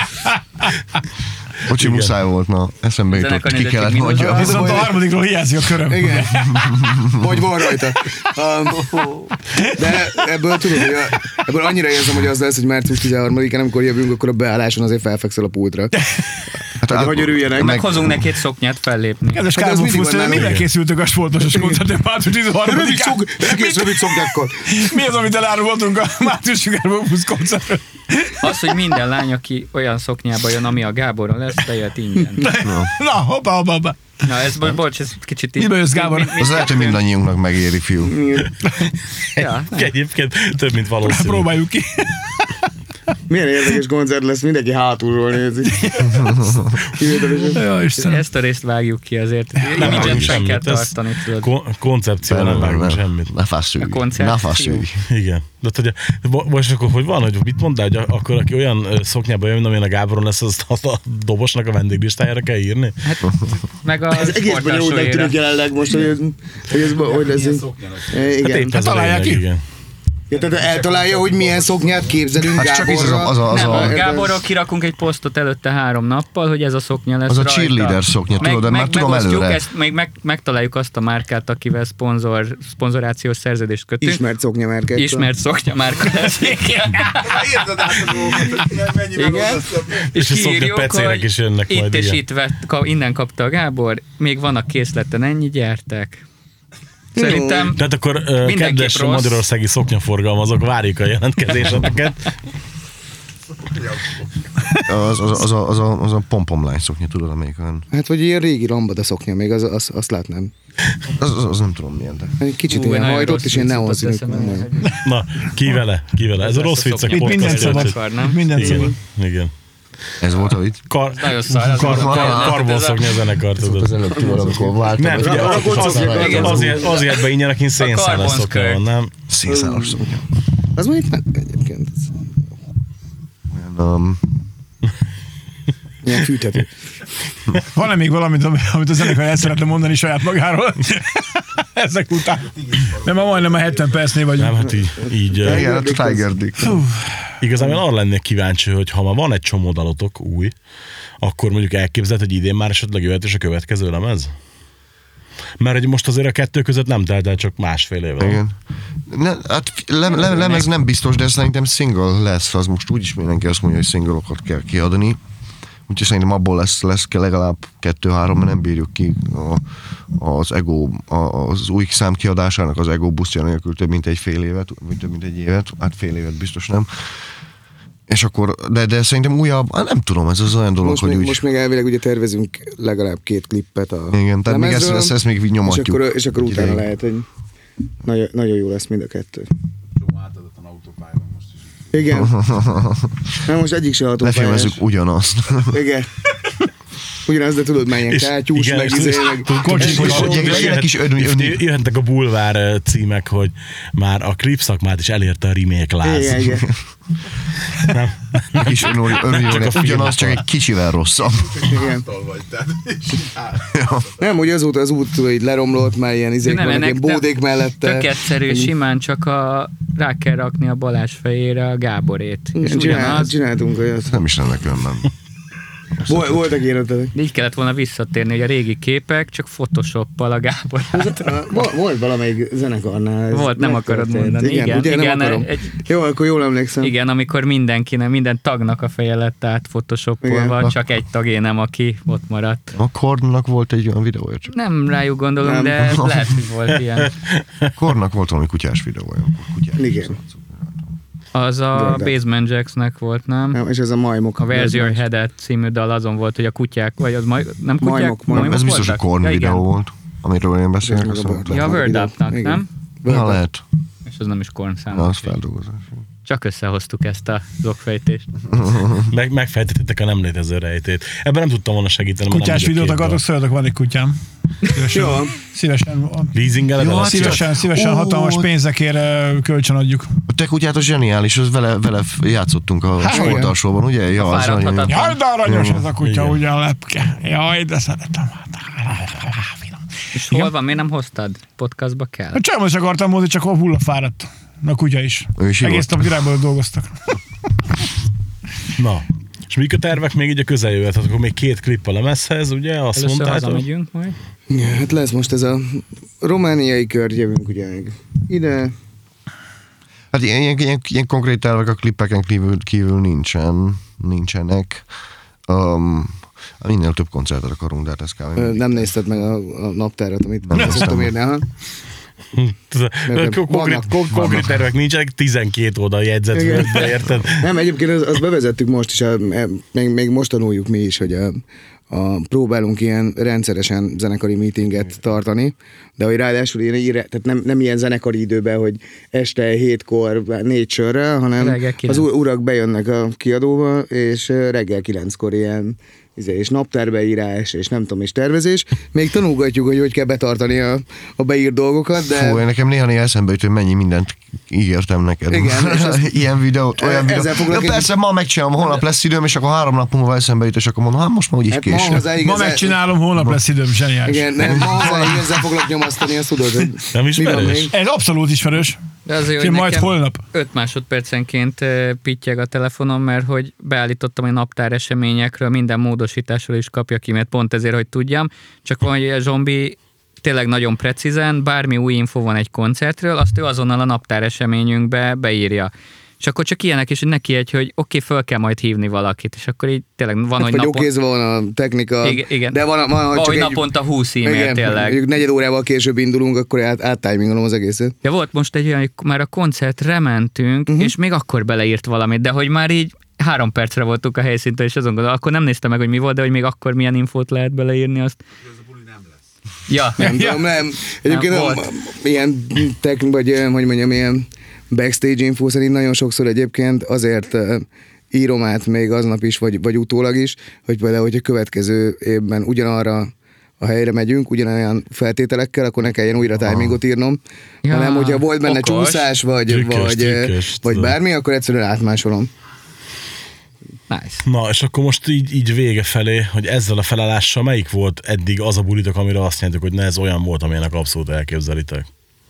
Bocsi, muszáj volt, na, eszembe jutott, Zenekar ki nézettség kellett mínusz. mondjam. Viszont a harmadikról hiányzik a köröm. Igen. Hogy van rajta. Um, de ebből tudod, hogy a, ebből annyira érzem, hogy az lesz, hogy március tizenharmadikán, amikor jövünk, akkor a beálláson azért felfekszel a pultra. Hát, Hogy, hogy örüljenek. Meg hozunk neki egy szoknyát fellépni. Kedves Hát az Kármon mindig Fusz, van mire nálunk. készültök a sportosos koncerten március Rövid tizenharmadikán? szok, egész rövid szoknyákkal. Mi az, amit elárultunk a március Kármon Fusz koncerten? Az, hogy minden lány, aki olyan szoknyába jön, ami a Gáboron lesz, bejöhet ingyen. Na, hoppa, hoppa, hoppa. Na, ez, bo- bocs, ez kicsit így... Mibe jössz, Gábor? mi- mi- Az lehet, hogy mindannyiunknak megéri, fiú. Ja, Egyébként több, mint valószínű. Próbáljuk ki. Milyen érdekes koncert lesz, mindenki hátulról nézi. Kivételesen. Jó, Istenem. ezt a részt vágjuk ki azért. Nem Imidzset vágunk meg semmit, kell ez tartani, tudod. Kon- koncepció, nem vágunk semmit. Ne fászülj. A koncert- Ne fászülj. Igen. De hogy, bo- most akkor hogy van, hogy mit mondtál, hogy akkor aki olyan ö, szoknyába jön, amilyen a Gáboron lesz, azt azt a dobosnak a vendéglistájára kell írni? Hát, meg a Ez egész bonyolultnak tűnik jelenleg most, hogy ez, hogy ez hogy lesz. Milyen így. szoknya lesz. E, Hát Igen. épp ez a találják lényeg, ki. igen. Ja, tehát eltalálja, hogy milyen szoknyát képzelünk Hát csak is az Gáborra. a, az a, az Nem, a a, Gáborral kirakunk egy posztot előtte három nappal, hogy ez a szoknya lesz az a rajta. cheerleader szoknya, tudod, de meg, már tudom megosztjuk előre. Ezt, még meg, megtaláljuk azt a márkát, akivel szponzor, szponzorációs szerződést kötünk. Ismert szoknyamárkát. Ismert szoknya márka lesz. Igen. Érted át a dolgokat, hogy mennyivel Igen. odaszok. És a szoknya kiírjuk, pecérek hogy is jönnek itt majd, és igen. itt vett, ka, innen kapta a Gábor, még van a készleten, ennyi, gyertek. Szerintem Tehát akkor ö, Mindenképp kedves rossz. magyarországi szoknyaforgalmazók, várjuk a jelentkezéseteket. Az, az, az, a, az, a, az a pompomlány szoknya, tudod, amelyik olyan. Hát, vagy ilyen régi lambada szoknya még, az, az, azt látnám. Az, az, az nem tudom milyen, de. Egy kicsit Ú, ilyen nagyon hajtott, rossz és ilyen vicc neonszínű. jutott eszembe. Na, ki vele? Ki vele? Ez a rossz viccek Itt minden podcast. szabad. Akar, nem? Minden szabad. Igen. Igen. Ez volt, hogy Kar, Nagyon szar. az kar, a- kar, karbonszoknya zenekar, tudod. az előbb tudod, amikor váltam. Nem, figyelj, az, az, Igen. az, azért, azért be ingyen, akin szénszálas Carbon szoknya van, skirt. nem? Szénszálas szoknya. Az mondjuk nem egyébként. Olyan, um, Ilyen fűthető. Van-e még valamit, ami- amit a zenekar el szeretne mondani saját magáról? Ezek után. Nem, ma majdnem a hetven percnél vagyunk. Nem, hát így, így ö, igen, hát a Tiger Dick. igazából arra lennék kíváncsi, hogy ha ma van egy csomó dalotok új, akkor mondjuk elképzelt, hogy idén már esetleg jöhet és a következő lemez? Mert hogy most azért a kettő között nem telt el csak másfél év. Igen. Ne, hát le, le, lemez nem biztos, de szerintem single lesz, az most úgyis mindenki azt mondja, hogy singlokat kell kiadni. Úgyhogy szerintem abból lesz, lesz kell legalább kettő-három, mert nem bírjuk ki a, az ego, a, az új szám kiadásának az ego buszja nélkül több mint egy fél évet, vagy több mint egy évet, hát fél évet biztos nem. És akkor, de, de szerintem újabb, hát nem tudom, ez az olyan dolog, Most hogy még, úgy... most még elvileg ugye tervezünk legalább két klippet a Igen, tehát még ezt, lemezről, ezt, ezt még így nyomatjuk. És akkor, és akkor egy utána ideig. lehet, hogy nagyon, nagyon jó lesz mind a kettő. Csomó átadottan autópályán most is. Igen. Nem, most egyik se autópályás. Lefilmezzük ugyanazt. Igen. Ugyanaz, de tudod, menjen És kátyús, igen, meg és- izé, és- meg... Kocsis, És- és- és- és- legyenek is ön- és- ön- jöhetnek a bulvár ö, címek, hogy már a klip szakmát is elérte a remake láz. Igen, igen. Nem? Kis örülni, Csak a ugyanaz, csak filmek. egy kicsivel rosszabb. Igen. Által vagy, tehát Nem, hogy azóta az út így leromlott, már ilyen izék Nem, vannak, ennek ilyen bódék mellette. Tök egyszerű, simán csak a, rá kell rakni a Balázs fejére a Gáborét. És Igen, csinál, ugyanaz, csináltunk olyat. Nem is lenne különben. Vol, voltak életek. de így kellett volna visszatérni, hogy a régi képek csak photoshoppal a Gábor. Vol, volt valamelyik zenekarnál. ez Volt, nem akarod megtörtént. mondani. Igen, Igen, ugye igen, nem akarom. egy- Jó, akkor jól emlékszem. Igen, amikor mindenkinek, minden tagnak a feje lett át photoshopolva, Igen. csak egy tagé nem, aki ott maradt. A Kornnak volt egy olyan videója, csak Nem rájuk gondolom, Nem. de lehet, hogy volt ilyen. Kornnak volt valami kutyás videója. Kutyás. Igen. Az a De, de. Basement Jacksnek volt, nem? Nem, és ez a majmok. A Where's Your Head című dal azon volt, hogy a kutyák, vagy az maj, nem kutyák? Majmok, majmok. Ez biztos a voltak? Korn Ja, igen. videó volt, amiről én beszélek. Ez meg a Aztán... Bird. Ja, a Word Up-nak, Igen. nem? Na, lehet. És az nem is Korn szám. Na, az feldolgozás. Csak összehoztuk ezt a zokfejtést. Meg, megfejtettétek a nem létező rejtét. Ebben nem tudtam volna segíteni. mert Kutyás nem videót vagyok akartok, képben. szóljatok, van egy kutyám. Szívesen. Jó. Szívesen. Leasingeled Jó, el hát ezt? Szívesen, szívesen Ó, hatalmas pénzekért ö, kölcsönadjuk. A te kutyátos zseniális, az vele, vele játszottunk a Hát, sportalsóban, ugye? Ja, az fáradhatatlan. nagyon- Jaj, de aranyos Jó. ez a kutya, Igen. ugyan lepke. Jaj, de szeretem. És hol van, miért nem hoztad? Podcastba kell? A csajom is akartam hozni, csak hol hullafáradt. A kutya is. Ő is Egész hívott. nap virágból dolgoztak. Na. És mik a tervek még így a közeljövőt? Hát akkor még két klip a lemezhez, ugye? Azt Először mondtátok? hazamegyünk majd. Ja, hát lesz most ez a romániai kör, jövünk ugye meg ide. Hát ilyen, ilyen, ilyen, ilyen konkrét tervek a klippeken kívül, kívül nincsen, nincsenek. Um, minél több koncertet akarunk, de hát ez kb. Ö, Nem nézted meg a, a naptárat, amit Nem nem néztem. szoktam írni, ha? Konkrét, konkrét, vannak- konkrét tervek nincsenek, tizenkét oldal jegyzet Igen. de érted? Nem, egyébként azt az bevezettük most is, a, e- még, még most tanuljuk mi is, hogy a, a, próbálunk ilyen rendszeresen zenekari meetinget tartani, de hogy ráadásul ilyen, íre- tehát nem, nem ilyen zenekari időben, hogy este hétkor négy sörrel, hanem Reggel az kilenc. u- urak bejönnek a kiadóba, és ö, reggel kilenckor ilyen izé, és naptárbeírás, és nem tudom, és tervezés. Még tanulgatjuk, hogy hogy kell betartani a, a beírt dolgokat, de... Fú, nekem néha-néha eszembe jut, hogy mennyi mindent ígértem neked. Igen, és az- Ilyen videót, olyan Ezzel videót. Ja, foglalkozik- persze, ma megcsinálom, holnap lesz időm, és akkor három nap múlva eszembe jut, és akkor mondom, hát most már úgyis Hát ma késő. hozzáig Ma ezzel- megcsinálom, holnap lesz időm, zseniális. Igen, nem, ma hozzáig ezzel foglak nyomasztani, azt tudod, hogy Nem mi van ismerős? még. Ez abszolút ismerős. De azért, Úgyhogy hogy majd nekem holnap. öt másodpercenként eh, pittyeg a telefonom, mert hogy beállítottam a naptár eseményekről, minden módosításról is kapja ki, mert pont ezért, hogy tudjam. Csak van, hogy a zombi tényleg nagyon precízen, bármi új info van egy koncertről, azt ő azonnal a naptár eseményünkbe beírja. És akkor csak ilyenek is, hogy neki egy, hogy oké, okay, föl kell majd hívni valakit, és akkor így tényleg van, Hát, hogy vagy napon... okézva van a technika, Igen, igen. de van, van, Ahogy csak egy, naponta húsz e-mail igen, tényleg. mondjuk negyed órával később indulunk, akkor át, áttimingolom az egészet. Ja, volt most egy olyan, hogy már a koncertre mentünk, Mhm. uh-huh. és még akkor beleírt valamit, de hogy már így három percre voltunk a helyszíntől, és azon gondolom, akkor nem néztem meg, hogy mi volt, de hogy még akkor milyen infót lehet beleírni azt. Ja, Nem tudom, nem. Egyébként Nem, nem, volt. ilyen tech, vagy eh, hogy mondjam, ilyen backstage info szerint nagyon sokszor egyébként azért eh, írom át még aznap is, vagy, vagy utólag is, hogy például, hogy a következő évben ugyanarra a helyre megyünk, ugyanolyan feltételekkel, akkor ne kelljen újra timingot írnom, Ja, hanem hogyha volt benne okos. csúszás, vagy, Trükkös, vagy, eh, trükkös, vagy tudom. bármi, akkor egyszerűen átmásolom. nice. Na, és akkor most így, így vége felé, hogy ezzel a felállással melyik volt eddig az a bulitok, amire azt mondjátok, hogy ne, ez olyan volt, amilyenek abszolút elképzelitek?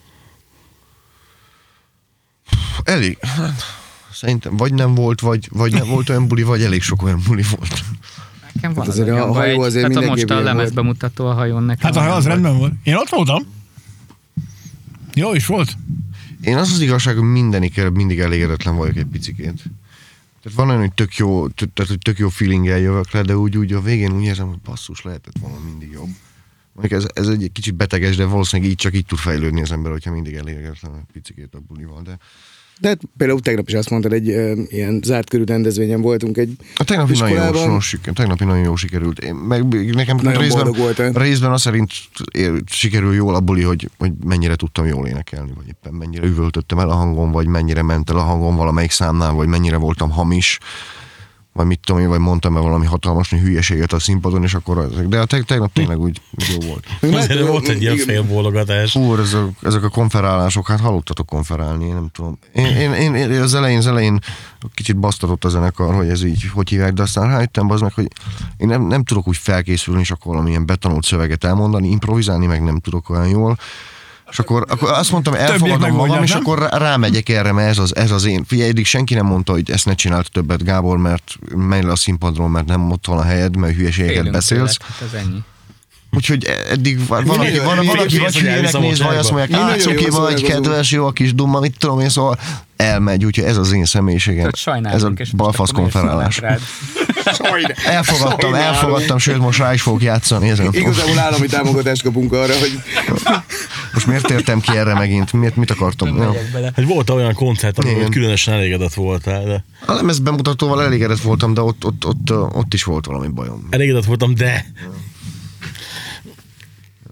Elég. Hát, szerintem vagy nem volt, vagy, vagy nem volt olyan buli, vagy elég sok olyan buli volt. Nekem van Hát az azért a agyamban hajó egy, azért tehát a mindenképp most a ilyen volt. lemezbemutató a hajón nekem. Hát a hely olyan az volt. rendben volt. Én ott voltam. Jó is volt. Én az az igazság, hogy mindenik mindig elégedetlen vagyok egy picikét. Tehát van olyan, hogy tök jó, t- tehát, hogy tök jó feelinggel jövök le, de úgy, úgy a végén úgy érzem, hogy basszus, lehetett volna mindig jobb. Mondjuk ez, ez egy kicsit beteges, de valószínűleg így csak így tud fejlődni az ember, hogyha mindig elégedetlen egy picikét a bulival. De De hát például tegnap is azt mondtad, egy ö, ilyen zárt körű rendezvényen voltunk egy a tegnapi nagyon jó, iskolában. sonos, siker, tegnapi nagyon jó sikerült. Én, meg nekem Nagyon részben, boldog voltál. részben az szerint ér- sikerül jól a buli, hogy, hogy mennyire tudtam jól énekelni, vagy éppen mennyire üvöltöttem el a hangom, vagy mennyire ment el a hangom valamelyik számnál, vagy mennyire voltam hamis, vagy mit tudom én, vagy mondtam el valami hatalmas nagy hülyeséget a színpadon, és akkor az, de a teg- tegnap tényleg úgy, úgy jó volt. Meg Azért lehet- volt egy ilyen igen. félbólogatás. Fú, ezek, ezek a konferálások, hát hallottatok konferálni, én nem tudom. Én, én, én, én az elején, az elején kicsit basztatott a zenekar, hogy ez így, hogy hívják, de aztán rájöttem az meg, hogy én nem, nem tudok úgy felkészülni, és akkor valamilyen betanult szöveget elmondani, improvizálni meg nem tudok olyan jól. És akkor, akkor azt mondtam, elfogadom magam, megoldják, és nem? akkor rá- rámegyek erre, mert ez az, ez az én. Figyelj, eddig senki nem mondta, hogy ezt ne csináld többet, Gábor, mert menj le a színpadról, mert nem ott van a helyed, mert hülyeségeket Félünk beszélsz. tőled, hát ez ennyi. Úgyhogy eddig van, van, aki, nagyon- van, mi van, aki nagyon vagy jól hülyének szórakozunk. néz, vagy azt mondják, Mi hát nagyon cuki jól vagy, szórakozunk. kedves, jó a kis dumma, mit tudom én, szóval elmegy, úgyhogy ez az én személyiségem. Tehát Ez a sajnálunk, és most balfasz akkor miért konferálás. szólnak rád? Elfogadtam, elfogadtam, sőt most rá is fogok játszani ezen. Igazából állami támogatást kapunk arra, hogy Most miért tértem ki erre megint? Miért, mit akartam? Jó. Megyek bele. Hogy volt olyan koncert, amivel Igen. különösen elégedett voltál, de A lemez bemutatóval elégedett voltam, de ott, ott, ott, ott is volt valami bajom. elégedett voltam, de...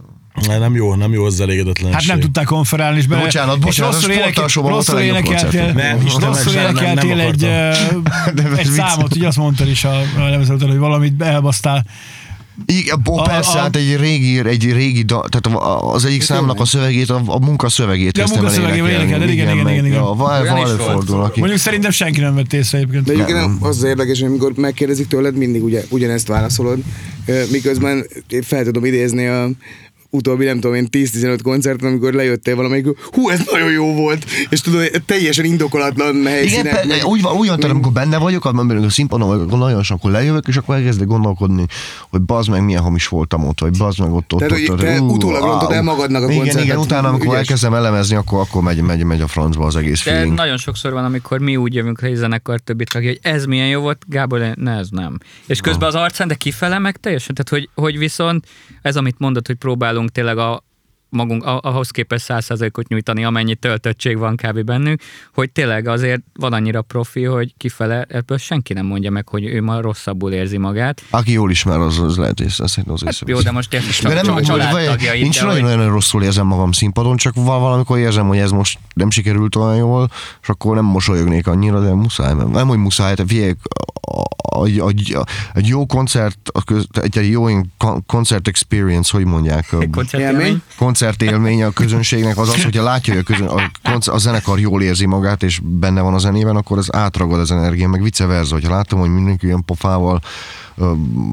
Nem jó, nem jó az elégedetlenség. Hát nem tudták konferálni, és be... Bocsánat, és bocsánat, rosszul a énekel- sportalsóban volt a rosszul legjobb énekeltél, koncertünk. Nem, Istenem, rosszul nem, nem énekeltél egy, akartam. ö, egy számot, ugye azt mondtad is a, a levezetőn, hogy valamit elbasztál. Igen, bo, A- persze, a- hát egy régi, egy régi da, tehát a- az egyik számnak a szövegét, a, a munkaszövegét Ja, a kezdtem el munkaszövegével énekelni. énekelted, igen, igen, meg- igen, igen. Ja, van, Olyan van is volt. előfordul, aki... Mondjuk szerintem senki nem vett észre egyébként. De egyébként Nem. az az érdekes, hogy amikor megkérdezik tőled, mindig ugye, ugyanezt válaszolod, Ö, miközben én fel tudom idézni a utóbbi, nem tudom én, tíz-tizenöt koncerten, amikor lejöttél valamelyik, hú, ez nagyon jó volt, és tudod, teljesen indokolatlan Igen, helyszínek. pe, meg- úgy van, úgy van, tehát amikor benne vagyok, amikor a színpadon vagyok, akkor nagyon sokszor lejövök, és akkor elkezdek gondolkodni, hogy bazd meg, milyen hamis voltam ott, vagy bazd meg ott, ott, Tehát, ott, hogy ott, te ú, utólag á, rontod el ú. magadnak a Igen, koncertet. igen, utána, amikor Ügyes. elkezdem elemezni, akkor, akkor megy, megy, megy a francba az egész De feeling. nagyon sokszor van, amikor mi úgy jövünk, hogy a zenekar többit rakja, hogy ez milyen jó volt, Gábor, ne, ez nem. És közben az arcán, de kifele meg teljesen, tehát hogy, hogy viszont ez, amit mondod, hogy próbálunk tényleg a magunk ahhoz képest száz százalékot nyújtani, amennyi töltöttség van kb. Bennünk, hogy tényleg azért van annyira profi, hogy kifele ebből senki nem mondja meg, hogy ő ma rosszabbul érzi magát. Aki jól ismer, az, az lehet észre, az észre. Hát jó, de most érted De csak nem, a hogy családtagjait. nincs de hogy- nagyon-nagyon rosszul érzem magam színpadon, csak val- valamikor érzem, hogy ez most nem sikerült olyan jól, és akkor nem mosolyognék annyira, de muszáj, nem, nem hogy muszáj, de figyelj, egy, egy, egy jó koncert, a köz- egy, egy jó ilyen kon- koncert experience, hogy mondják, Egy koncertélmény. Élmény? koncertélmény a közönségnek az az, hogyha látja, hogy a, közön, a, konc- a zenekar jól érzi magát, és benne van a zenében, akkor az átragad az energia, meg vice versa, hogyha látom, hogy mindenki ilyen pofával ö,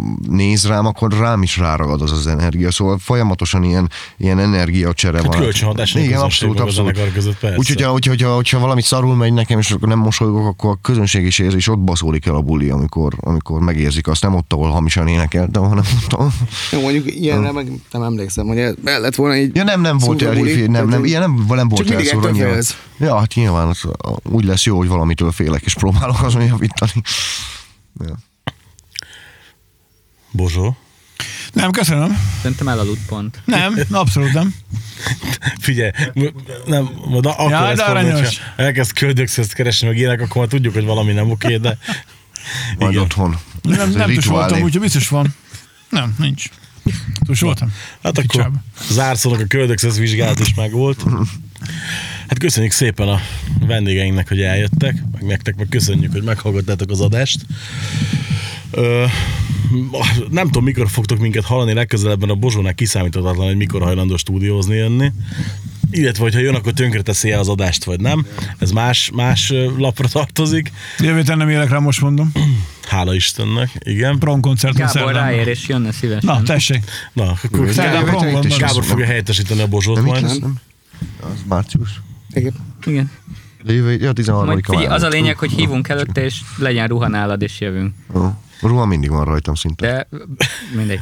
néz rám, akkor rám is ráragad az az energia, szóval folyamatosan ilyen, ilyen energiacsere Hát van. kölcsönhatás van a Igen, közönség abszolút, meg a abszolút. zenekar között, persze. Úgyhogy hogyha, hogyha, hogyha, hogyha valami szarul megy nekem, és akkor nem mosolygok, akkor a közönség is érzi, és ott baszódik el a buli, amikor, amikor megérzik azt, nem ott, ahol hamisan énekeltem, hanem ott, ahol... Jó, mondjuk ilyenre meg nem emlékszem, hogy el el lett volna így. Ja, nem, nem volt el, szúnyoguli, nem, nem, tehát ilyen nem, nem volt Csak mindig elszórva, ettől nyilván. félsz. Ja, hát nyilván az, úgy lesz jó, hogy valamitől félek, és próbálok azon javítani. Ja. Bozsó. Nem, köszönöm. Szerintem elaludt pont. Nem, abszolút nem. Figyelj, m- nem, majd akkor Jaj, lesz de pont, aranyos. hogyha elkezd köldökszözt keresni, meg ilyenek, akkor már tudjuk, hogy valami nem oké, de Majd igen. otthon. Nem, Ez egy nem is rituálé. voltam, úgyhogy biztos van. Nem, nincs. Túl voltam. Hát akkor Kicsába. zárszónak a köldökszösz vizsgálat is meg volt. Hát köszönjük szépen a vendégeinknek, hogy eljöttek, meg nektek meg köszönjük, hogy meghallgattátok az adást. Ö, nem tudom, mikor fogtok minket hallani, legközelebben a Bozsónál kiszámíthatatlan, hogy mikor hajlandó stúdiózni jönni. Illetve, hogyha jön, akkor tönkreteszi el az adást, vagy nem. Ez más, más ö, lapra tartozik. Jövő héten nem élek rá, most mondom. Hála Istennek, igen. Prom koncerten Gábor szerdán. ráér és jönne szívesen. Na, tessék. Na, akkor Szerdán prom van. is Gábor lesz. fogja helyettesíteni a Bozsót Nem itt majd. lesz, nem? Az március. Igen. Igen. De jövő, ja, Majd tizenharmadika figyelj, az a már. lényeg, hogy hívunk előtte, és legyen ruha nálad, és jövünk. Jó. Ruha mindig van rajtam szinte. De mindegy.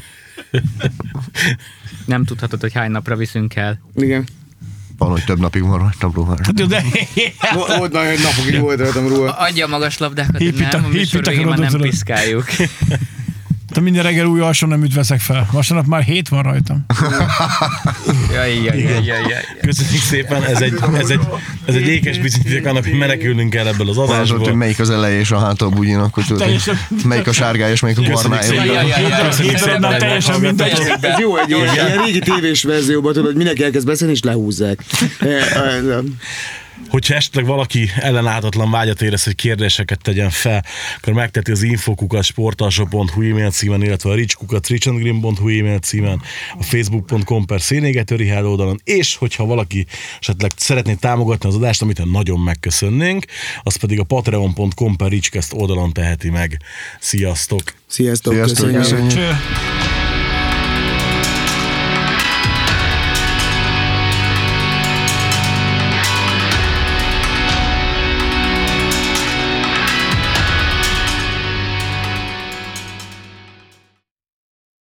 Nem tudhatod, hogy hány napra viszünk el. Igen. Van, hogy több napig van rajtam ruha. Hát jó, de Vo- Volt már, hogy napokig volt rajtam ruha. Adja a magas labdákat, hogy Hippita- nem, a műsor hippita végén már nem tudod. piszkáljuk. te minden reggel új alsóneműt veszek fel. Vasárnap már hét van rajtam. Jaj, jaj, jaj, jaj, jaj. Köszönjük szépen, ez egy, ez egy, ez egy ékes bizonyíték annak, hogy menekülnünk kell ebből az Azon, hogy adásból. melyik az eleje és a háta a bugyinak, hogy tudod, Teljesen. hogy melyik a sárgája és melyik a Köszönjük barnája. szépen. Jaj, jaj, jaj. Köszönjük Hét szépen, darabnál hogy teljesen meghallgattatok. mindegy. Ez jó, egy ilyen régi tévés verzióban tudod, mindenki elkezd beszélni, és lehúzzák. Hogyha esetleg valaki ellenállhatatlan vágyat érez, hogy kérdéseket tegyen fel, akkor megteti az infokukat sportalsó pont hu e-mail címen, illetve a richkukat richandgreen pont hu e-mail címen, a facebook pont com per szénégető Richárd oldalon, és hogyha valaki esetleg szeretné támogatni az adást, amit nagyon megköszönnénk, az pedig a patreon pont com per richcast oldalon teheti meg. Sziasztok! Sziasztok, Sziasztok, köszönjük. köszönjük. Cső.